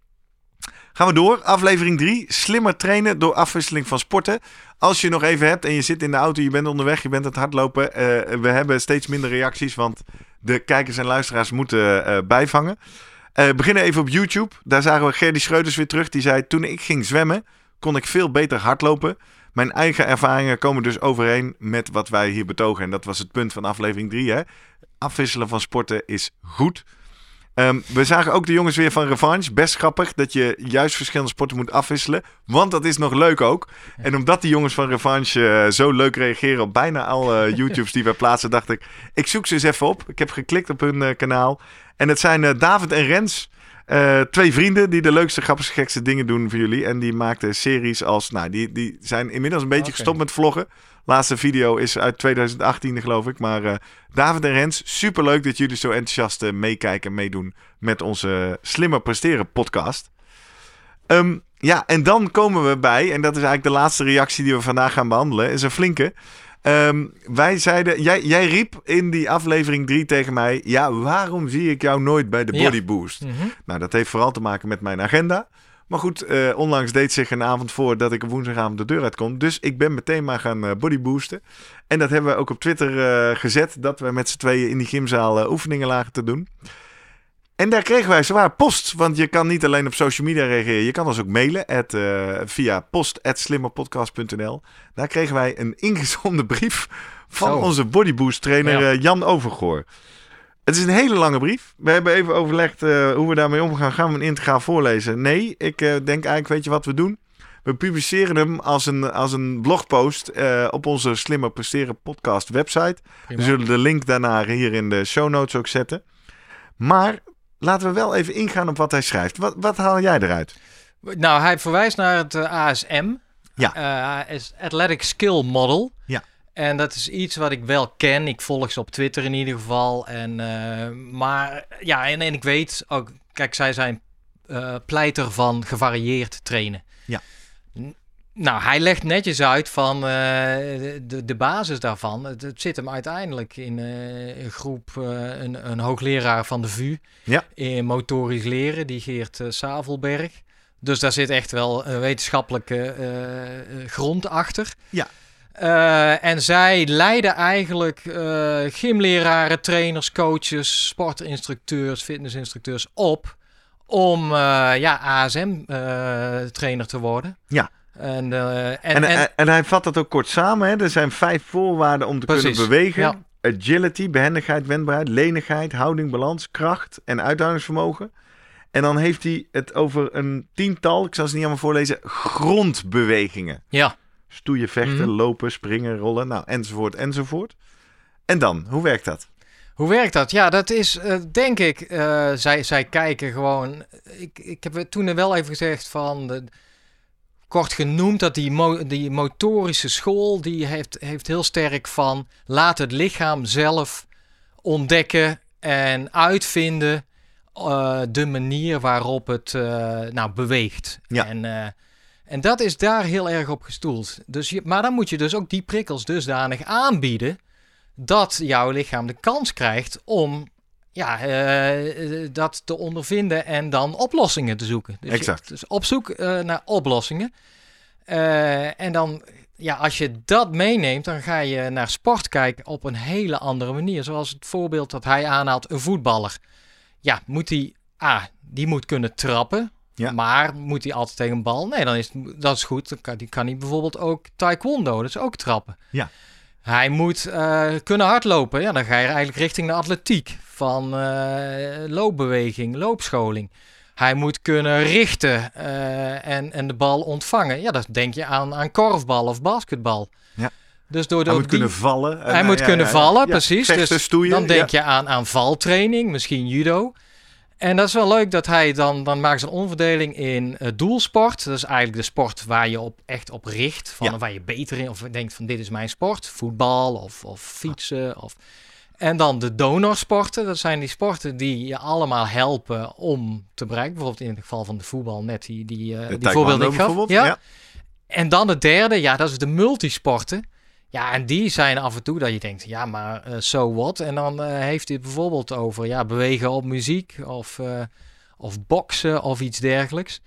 Gaan we door. Aflevering drie. Slimmer trainen door afwisseling van sporten. Als je nog even hebt en je zit in de auto, je bent onderweg, je bent aan het hardlopen. Uh, we hebben steeds minder reacties, want de kijkers en luisteraars moeten uh, bijvangen. Uh, we beginnen even op YouTube. Daar zagen we Gerdy Schreuders weer terug. Die zei, toen ik ging zwemmen, kon ik veel beter hardlopen. Mijn eigen ervaringen komen dus overeen met wat wij hier betogen. En dat was het punt van aflevering drie. Hè? Afwisselen van sporten is goed. Um, we zagen ook de jongens weer van Revanche. Best grappig dat je juist verschillende sporten moet afwisselen. Want dat is nog leuk ook. En omdat die jongens van Revanche uh, zo leuk reageren op bijna alle uh, YouTubes die wij plaatsen, dacht ik, ik zoek ze eens even op. Ik heb geklikt op hun uh, kanaal. En het zijn uh, David en Rens. Uh, twee vrienden die de leukste, grappigste, gekste dingen doen voor jullie. En die maakten series als... Nou, die, die zijn inmiddels een beetje okay. gestopt met vloggen. Laatste video is uit twintig achttien, geloof ik. Maar uh, David en Rens, superleuk dat jullie zo enthousiast uh, meekijken en meedoen met onze Slimmer Presteren podcast. Um, ja, en dan komen we bij, en dat is eigenlijk de laatste reactie die we vandaag gaan behandelen, is een flinke. Um, wij zeiden, jij, jij riep in die aflevering drie tegen mij, ja, waarom zie ik jou nooit bij de Body Ja. Boost? Mm-hmm. Nou, dat heeft vooral te maken met mijn agenda. Maar goed, uh, onlangs deed zich een avond voor dat ik op woensdagavond de deur uitkom. Dus ik ben meteen maar gaan uh, bodyboosten. En dat hebben we ook op Twitter uh, gezet, dat we met z'n tweeën in die gymzaal uh, oefeningen lagen te doen. En daar kregen wij zwaar post, want je kan niet alleen op social media reageren. Je kan ons ook mailen at, uh, via post at slimmerpodcast punt n l. Daar kregen wij een ingezonden brief van Zo. onze bodyboost trainer Ja. uh, Jan Overgoor. Het is een hele lange brief. We hebben even overlegd uh, hoe we daarmee omgaan. Gaan we hem integraal voorlezen? Nee, ik uh, denk eigenlijk, weet je wat we doen? We publiceren hem als een, als een blogpost uh, op onze Slimmer Presteren podcast website. Prima. We zullen de link daarna hier in de show notes ook zetten. Maar laten we wel even ingaan op wat hij schrijft. Wat, wat haal jij eruit? Nou, hij verwijst naar het uh, A S M. Ja. Uh, Athletic Skill Model. Ja. En dat is iets wat ik wel ken. Ik volg ze op Twitter in ieder geval. En, uh, maar ja, en, en ik weet ook... Kijk, zij zijn uh, pleiter van gevarieerd trainen. Ja. N- nou, hij legt netjes uit van uh, de, de basis daarvan. Het, het zit hem uiteindelijk in uh, een groep, uh, een, een hoogleraar van de V U. Ja. In motorisch leren, die Geert uh, Savelberg. Dus daar zit echt wel een wetenschappelijke uh, grond achter. Ja. Uh, en zij leiden eigenlijk uh, gymleraren, trainers, coaches, sportinstructeurs, fitnessinstructeurs op om uh, ja, A S M-trainer uh, te worden. Ja. En, uh, en, En, en, en, en hij vat dat ook kort samen. Hè? Er zijn vijf voorwaarden om te Precies, kunnen bewegen. ja. Agility, behendigheid, wendbaarheid, lenigheid, houding, balans, kracht en uithoudingsvermogen. En dan heeft hij het over een tiental, ik zal ze niet allemaal voorlezen, grondbewegingen. ja. Stoeien, vechten, Mhm. lopen, springen, rollen, nou, enzovoort, enzovoort. En dan, hoe werkt dat? Hoe werkt dat? Ja, dat is uh, denk ik, uh, zij, zij kijken gewoon... Ik, ik heb toen er wel even gezegd van... De, kort genoemd dat die, mo- die motorische school... die heeft, heeft heel sterk van... laat het lichaam zelf ontdekken en uitvinden... Uh, de manier waarop het uh, nou, beweegt. Ja. En, uh, en dat is daar heel erg op gestoeld. Dus je, maar dan moet je dus ook die prikkels dusdanig aanbieden... dat jouw lichaam de kans krijgt om ja, uh, dat te ondervinden en dan oplossingen te zoeken. Dus Exact. Je, dus op zoek uh, naar oplossingen. Uh, en dan, ja, als je dat meeneemt, dan ga je naar sport kijken op een hele andere manier. Zoals het voorbeeld dat hij aanhaalt, een voetballer. Ja, moet hij, ah, die moet kunnen trappen. Ja. Maar moet hij altijd tegen een bal? Nee, dan is dat is goed. Dan kan, die kan hij bijvoorbeeld ook taekwondo, dus ook trappen. Ja. Hij moet uh, kunnen hardlopen. Ja, dan ga je eigenlijk richting de atletiek. Van uh, loopbeweging, loopscholing. Hij moet kunnen richten uh, en, en de bal ontvangen. Ja, dan denk je aan, aan korfbal of basketbal. Ja. Dus door, door Hij moet die... kunnen vallen. Hij En, moet ja, kunnen ja, vallen, ja. precies. Vechten, Dus stoeien, dan denk ja. je aan, aan valtraining, misschien judo. En dat is wel leuk dat hij dan, dan maakt ze een onverdeling in uh, doelsport. Dat is eigenlijk de sport waar je op, echt op richt. Van, Ja. Waar je beter in, of denkt van dit is mijn sport. Voetbal of, of fietsen. Of... En dan de donorsporten. Dat zijn die sporten die je allemaal helpen om te bereiken. Bijvoorbeeld in het geval van de voetbal net die, die, uh, De die voorbeelden die ik gaf. bijvoorbeeld. Ja. Ja. En dan de derde, ja, dat is de multisporten. Ja, en die zijn af en toe dat je denkt, ja, maar uh, so what? En dan uh, heeft hij het bijvoorbeeld over ja, bewegen op muziek of, uh, of boksen of iets dergelijks.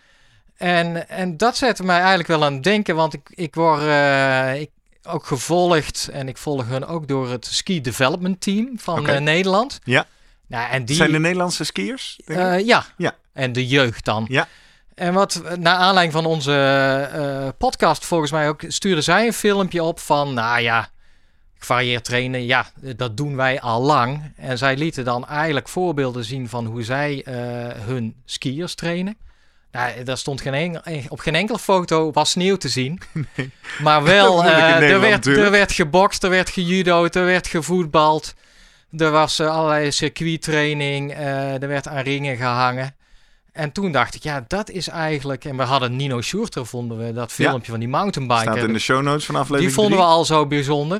En, en dat zette mij eigenlijk wel aan het denken, want ik, ik word uh, ik, ook gevolgd en ik volg hun ook door het Ski Development Team van Okay. uh, Nederland. Ja. Nou, en die, Zijn de Nederlandse skiers? Denk ik? uh, ja. Ja. En de jeugd dan. Ja. En wat, naar aanleiding van onze uh, podcast volgens mij ook, stuurde zij een filmpje op van, nou ja, gevarieerd trainen, ja, dat doen wij al lang. En zij lieten dan eigenlijk voorbeelden zien van hoe zij uh, hun skiers trainen. Nou, daar stond geen en, op geen enkele foto was sneeuw te zien. Nee. Maar wel, uh, er, werd, er werd gebokst, er werd gejudo'd, er werd gevoetbald. Er was uh, allerlei circuittraining, uh, er werd aan ringen gehangen. En toen dacht ik, ja, dat is eigenlijk... En we hadden Nino Schurter, vonden we, dat filmpje ja. van die mountainbiker. Staat in de show notes van aflevering Die vonden drie. we al zo bijzonder.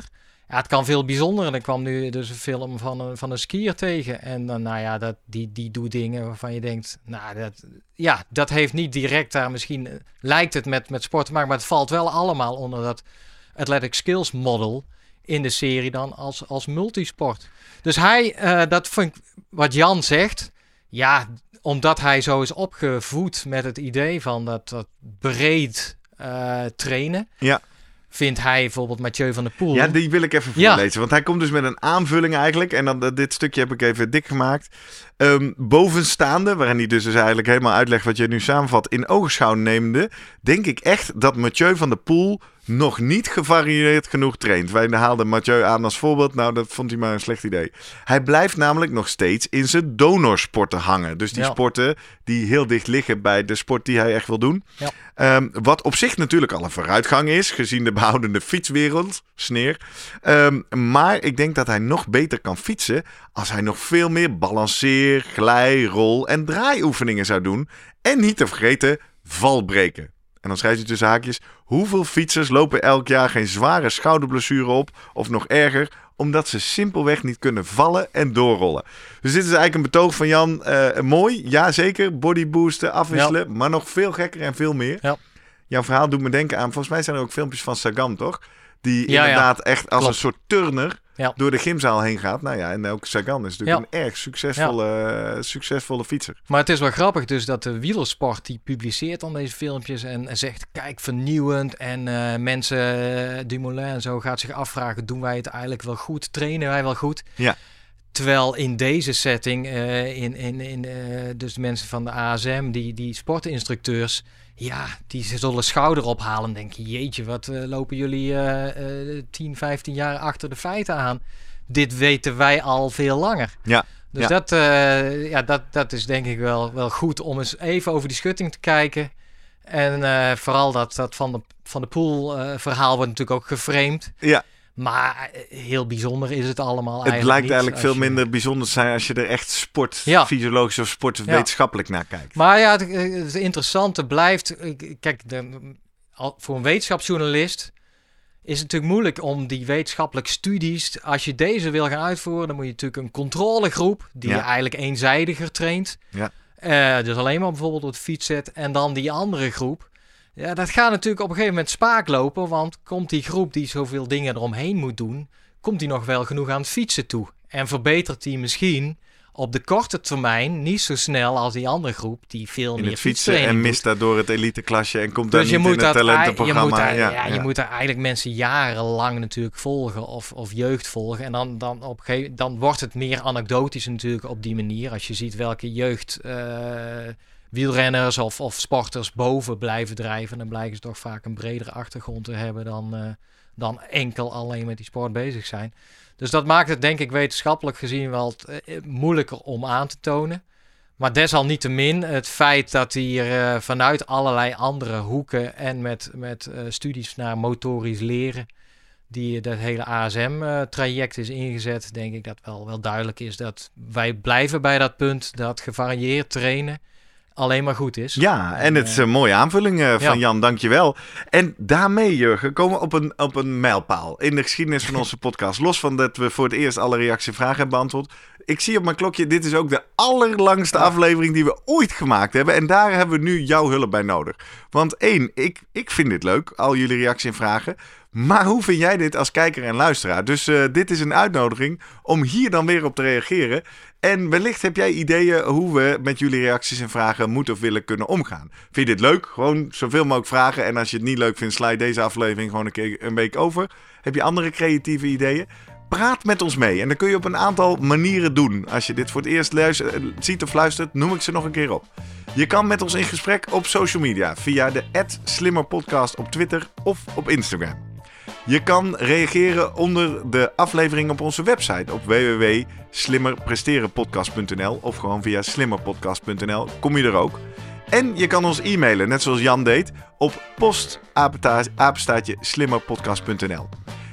Ja, het kan veel bijzonder. Er kwam nu dus een film van een, van een skier tegen. En dan, nou ja, dat, die, die doet dingen waarvan je denkt... Nou, dat, ja, dat heeft niet direct daar misschien... Uh, lijkt het met, met sport te maken, maar het valt wel allemaal onder dat Athletic Skills Model in de serie dan als, als multisport. Dus hij, uh, dat vind ik wat Jan zegt... Ja, omdat hij zo is opgevoed met het idee van dat, dat breed uh, trainen... Ja. Vindt hij bijvoorbeeld Mathieu van der Poel. Ja, die wil ik even voorlezen. Ja. Want hij komt dus met een aanvulling eigenlijk. En dan, dit stukje heb ik even dik gemaakt. Um, bovenstaande, waarin hij dus, dus eigenlijk helemaal uitlegt wat je nu samenvat. In oogschouw nemende, denk ik echt dat Mathieu van der Poel nog niet gevarieerd genoeg traint. Wij haalden Mathieu aan als voorbeeld. Nou, dat vond hij maar een slecht idee. Hij blijft namelijk nog steeds in zijn donorsporten hangen. Dus die ja. sporten die heel dicht liggen bij de sport die hij echt wil doen. Ja. Um, wat op zich natuurlijk al een vooruitgang is, gezien de behoudende fietswereld. Sneer. Um, maar ik denk dat hij nog beter kan fietsen als hij nog veel meer balanceer, glij, rol en draaioefeningen zou doen. En niet te vergeten, valbreken. En dan schrijft hij tussen haakjes: hoeveel fietsers lopen elk jaar geen zware schouderblessure op, of nog erger, omdat ze simpelweg niet kunnen vallen en doorrollen. Dus dit is eigenlijk een betoog van Jan. Uh, mooi, ja zeker, bodyboosten, afwisselen, ja. maar nog veel gekker en veel meer. Ja. Jouw verhaal doet me denken aan, volgens mij zijn er ook filmpjes van Sagan, toch? Die ja, inderdaad ja. echt als Klopt. een soort turner ja. door de gymzaal heen gaat. Nou ja, en ook Sagan is natuurlijk ja. een erg succesvolle, ja. succesvolle fietser. Maar het is wel grappig dus dat de wielersport die publiceert dan deze filmpjes en, en zegt kijk vernieuwend en uh, mensen, uh, Dumoulin en zo gaat zich afvragen, doen wij het eigenlijk wel goed? Trainen wij wel goed? Ja. Terwijl in deze setting, uh, in, in, in, uh, dus de mensen van de A S M, die, die sportinstructeurs, ja, die zullen schouder ophalen en denken, jeetje, wat uh, lopen jullie uh, uh, tien, vijftien jaar achter de feiten aan? Dit weten wij al veel langer. Ja. Dus ja. Dat, uh, ja, dat, dat is denk ik wel, wel goed om eens even over die schutting te kijken. En uh, vooral dat, dat van de, van de Poel uh, verhaal wordt natuurlijk ook geframed. Ja. Maar heel bijzonder is het allemaal het eigenlijk Het lijkt niet eigenlijk veel je... minder bijzonder te zijn als je er echt sportfysiologisch ja. of sportwetenschappelijk ja. naar kijkt. Maar ja, het, het interessante blijft... Kijk, de, voor een wetenschapsjournalist is het natuurlijk moeilijk om die wetenschappelijke studies... Als je deze wil gaan uitvoeren, dan moet je natuurlijk een controlegroep... die ja. je eigenlijk eenzijdiger traint. Ja. Uh, dus alleen maar bijvoorbeeld op het fiets zet. En dan die andere groep... Ja, dat gaat natuurlijk op een gegeven moment spaak lopen, want komt die groep die zoveel dingen eromheen moet doen, komt die nog wel genoeg aan het fietsen toe? En verbetert die misschien op de korte termijn niet zo snel als die andere groep die veel in meer het fietsen en doet. mist daardoor het eliteklasje en komt dus dan niet in het talentenprogramma. Je moet, daar, ja, ja, ja. je moet daar eigenlijk mensen jarenlang natuurlijk volgen of, of jeugd volgen. En dan, dan, op gegeven, dan wordt het meer anekdotisch natuurlijk op die manier. Als je ziet welke jeugd... Uh, wielrenners of, of sporters boven blijven drijven, dan blijken ze toch vaak een bredere achtergrond te hebben dan, uh, dan enkel alleen met die sport bezig zijn. Dus dat maakt het denk ik wetenschappelijk gezien wel uh, moeilijker om aan te tonen. Maar desalniettemin het feit dat hier uh, vanuit allerlei andere hoeken en met, met uh, studies naar motorisch leren, die dat hele A S M-traject uh, is ingezet, denk ik dat wel, wel duidelijk is dat wij blijven bij dat punt dat gevarieerd trainen alleen maar goed is. Ja, en het is een mooie aanvulling uh, van ja. Jan, dankjewel. En daarmee, Jurgen, komen we op een, op een mijlpaal in de geschiedenis van onze podcast. Los van dat we voor het eerst alle reactievragen hebben beantwoord. Ik zie op mijn klokje, dit is ook de allerlangste ja. aflevering die we ooit gemaakt hebben. En daar hebben we nu jouw hulp bij nodig. Want één, ik, ik vind dit leuk, al jullie reacties en vragen. Maar hoe vind jij dit als kijker en luisteraar? Dus uh, dit is een uitnodiging om hier dan weer op te reageren. En wellicht heb jij ideeën hoe we met jullie reacties en vragen moeten of willen kunnen omgaan. Vind je dit leuk? Gewoon zoveel mogelijk vragen. En als je het niet leuk vindt, sla je deze aflevering gewoon een, keer, een week over. Heb je andere creatieve ideeën? Praat met ons mee. En dat kun je op een aantal manieren doen. Als je dit voor het eerst luister, ziet of luistert, noem ik ze nog een keer op. Je kan met ons in gesprek op social media via de at slimmerpodcast op Twitter of op Instagram. Je kan reageren onder de aflevering op onze website op w w w punt slimmerpresterenpodcast punt n l of gewoon via slimmerpodcast punt n l. Kom je er ook. En je kan ons e-mailen, net zoals Jan deed, op post apenstaartje slimmerpodcast punt n l.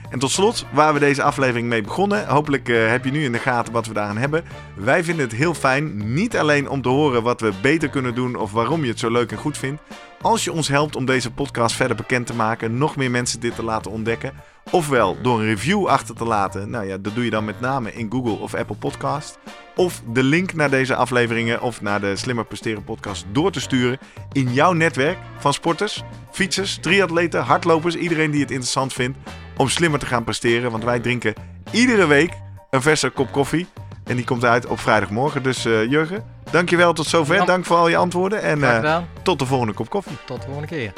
En tot slot, waar we deze aflevering mee begonnen. Hopelijk uh, heb je nu in de gaten wat we daaraan hebben. Wij vinden het heel fijn, niet alleen om te horen wat we beter kunnen doen of waarom je het zo leuk en goed vindt. Als je ons helpt om deze podcast verder bekend te maken, nog meer mensen dit te laten ontdekken. Ofwel door een review achter te laten. Nou ja, dat doe je dan met name in Google of Apple Podcast. Of de link naar deze afleveringen of naar de Slimmer Presteren podcast door te sturen in jouw netwerk van sporters, fietsers, triatleten, hardlopers. Iedereen die het interessant vindt om slimmer te gaan presteren. Want wij drinken iedere week een verse kop koffie. En die komt uit op vrijdagmorgen. Dus uh, Jurgen, dankjewel tot zover. Ja. Dank voor al je antwoorden. En uh, tot de volgende kop koffie. Tot de volgende keer.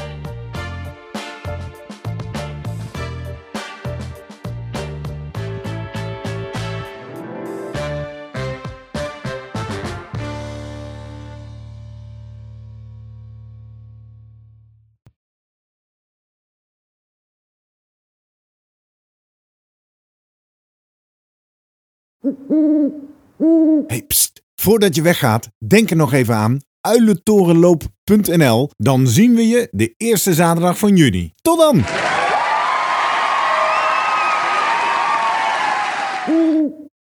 Hey, pst. Voordat je weggaat, denk er nog even aan uilentorenloop punt n l. Dan zien we je de eerste zaterdag van juni. Tot dan!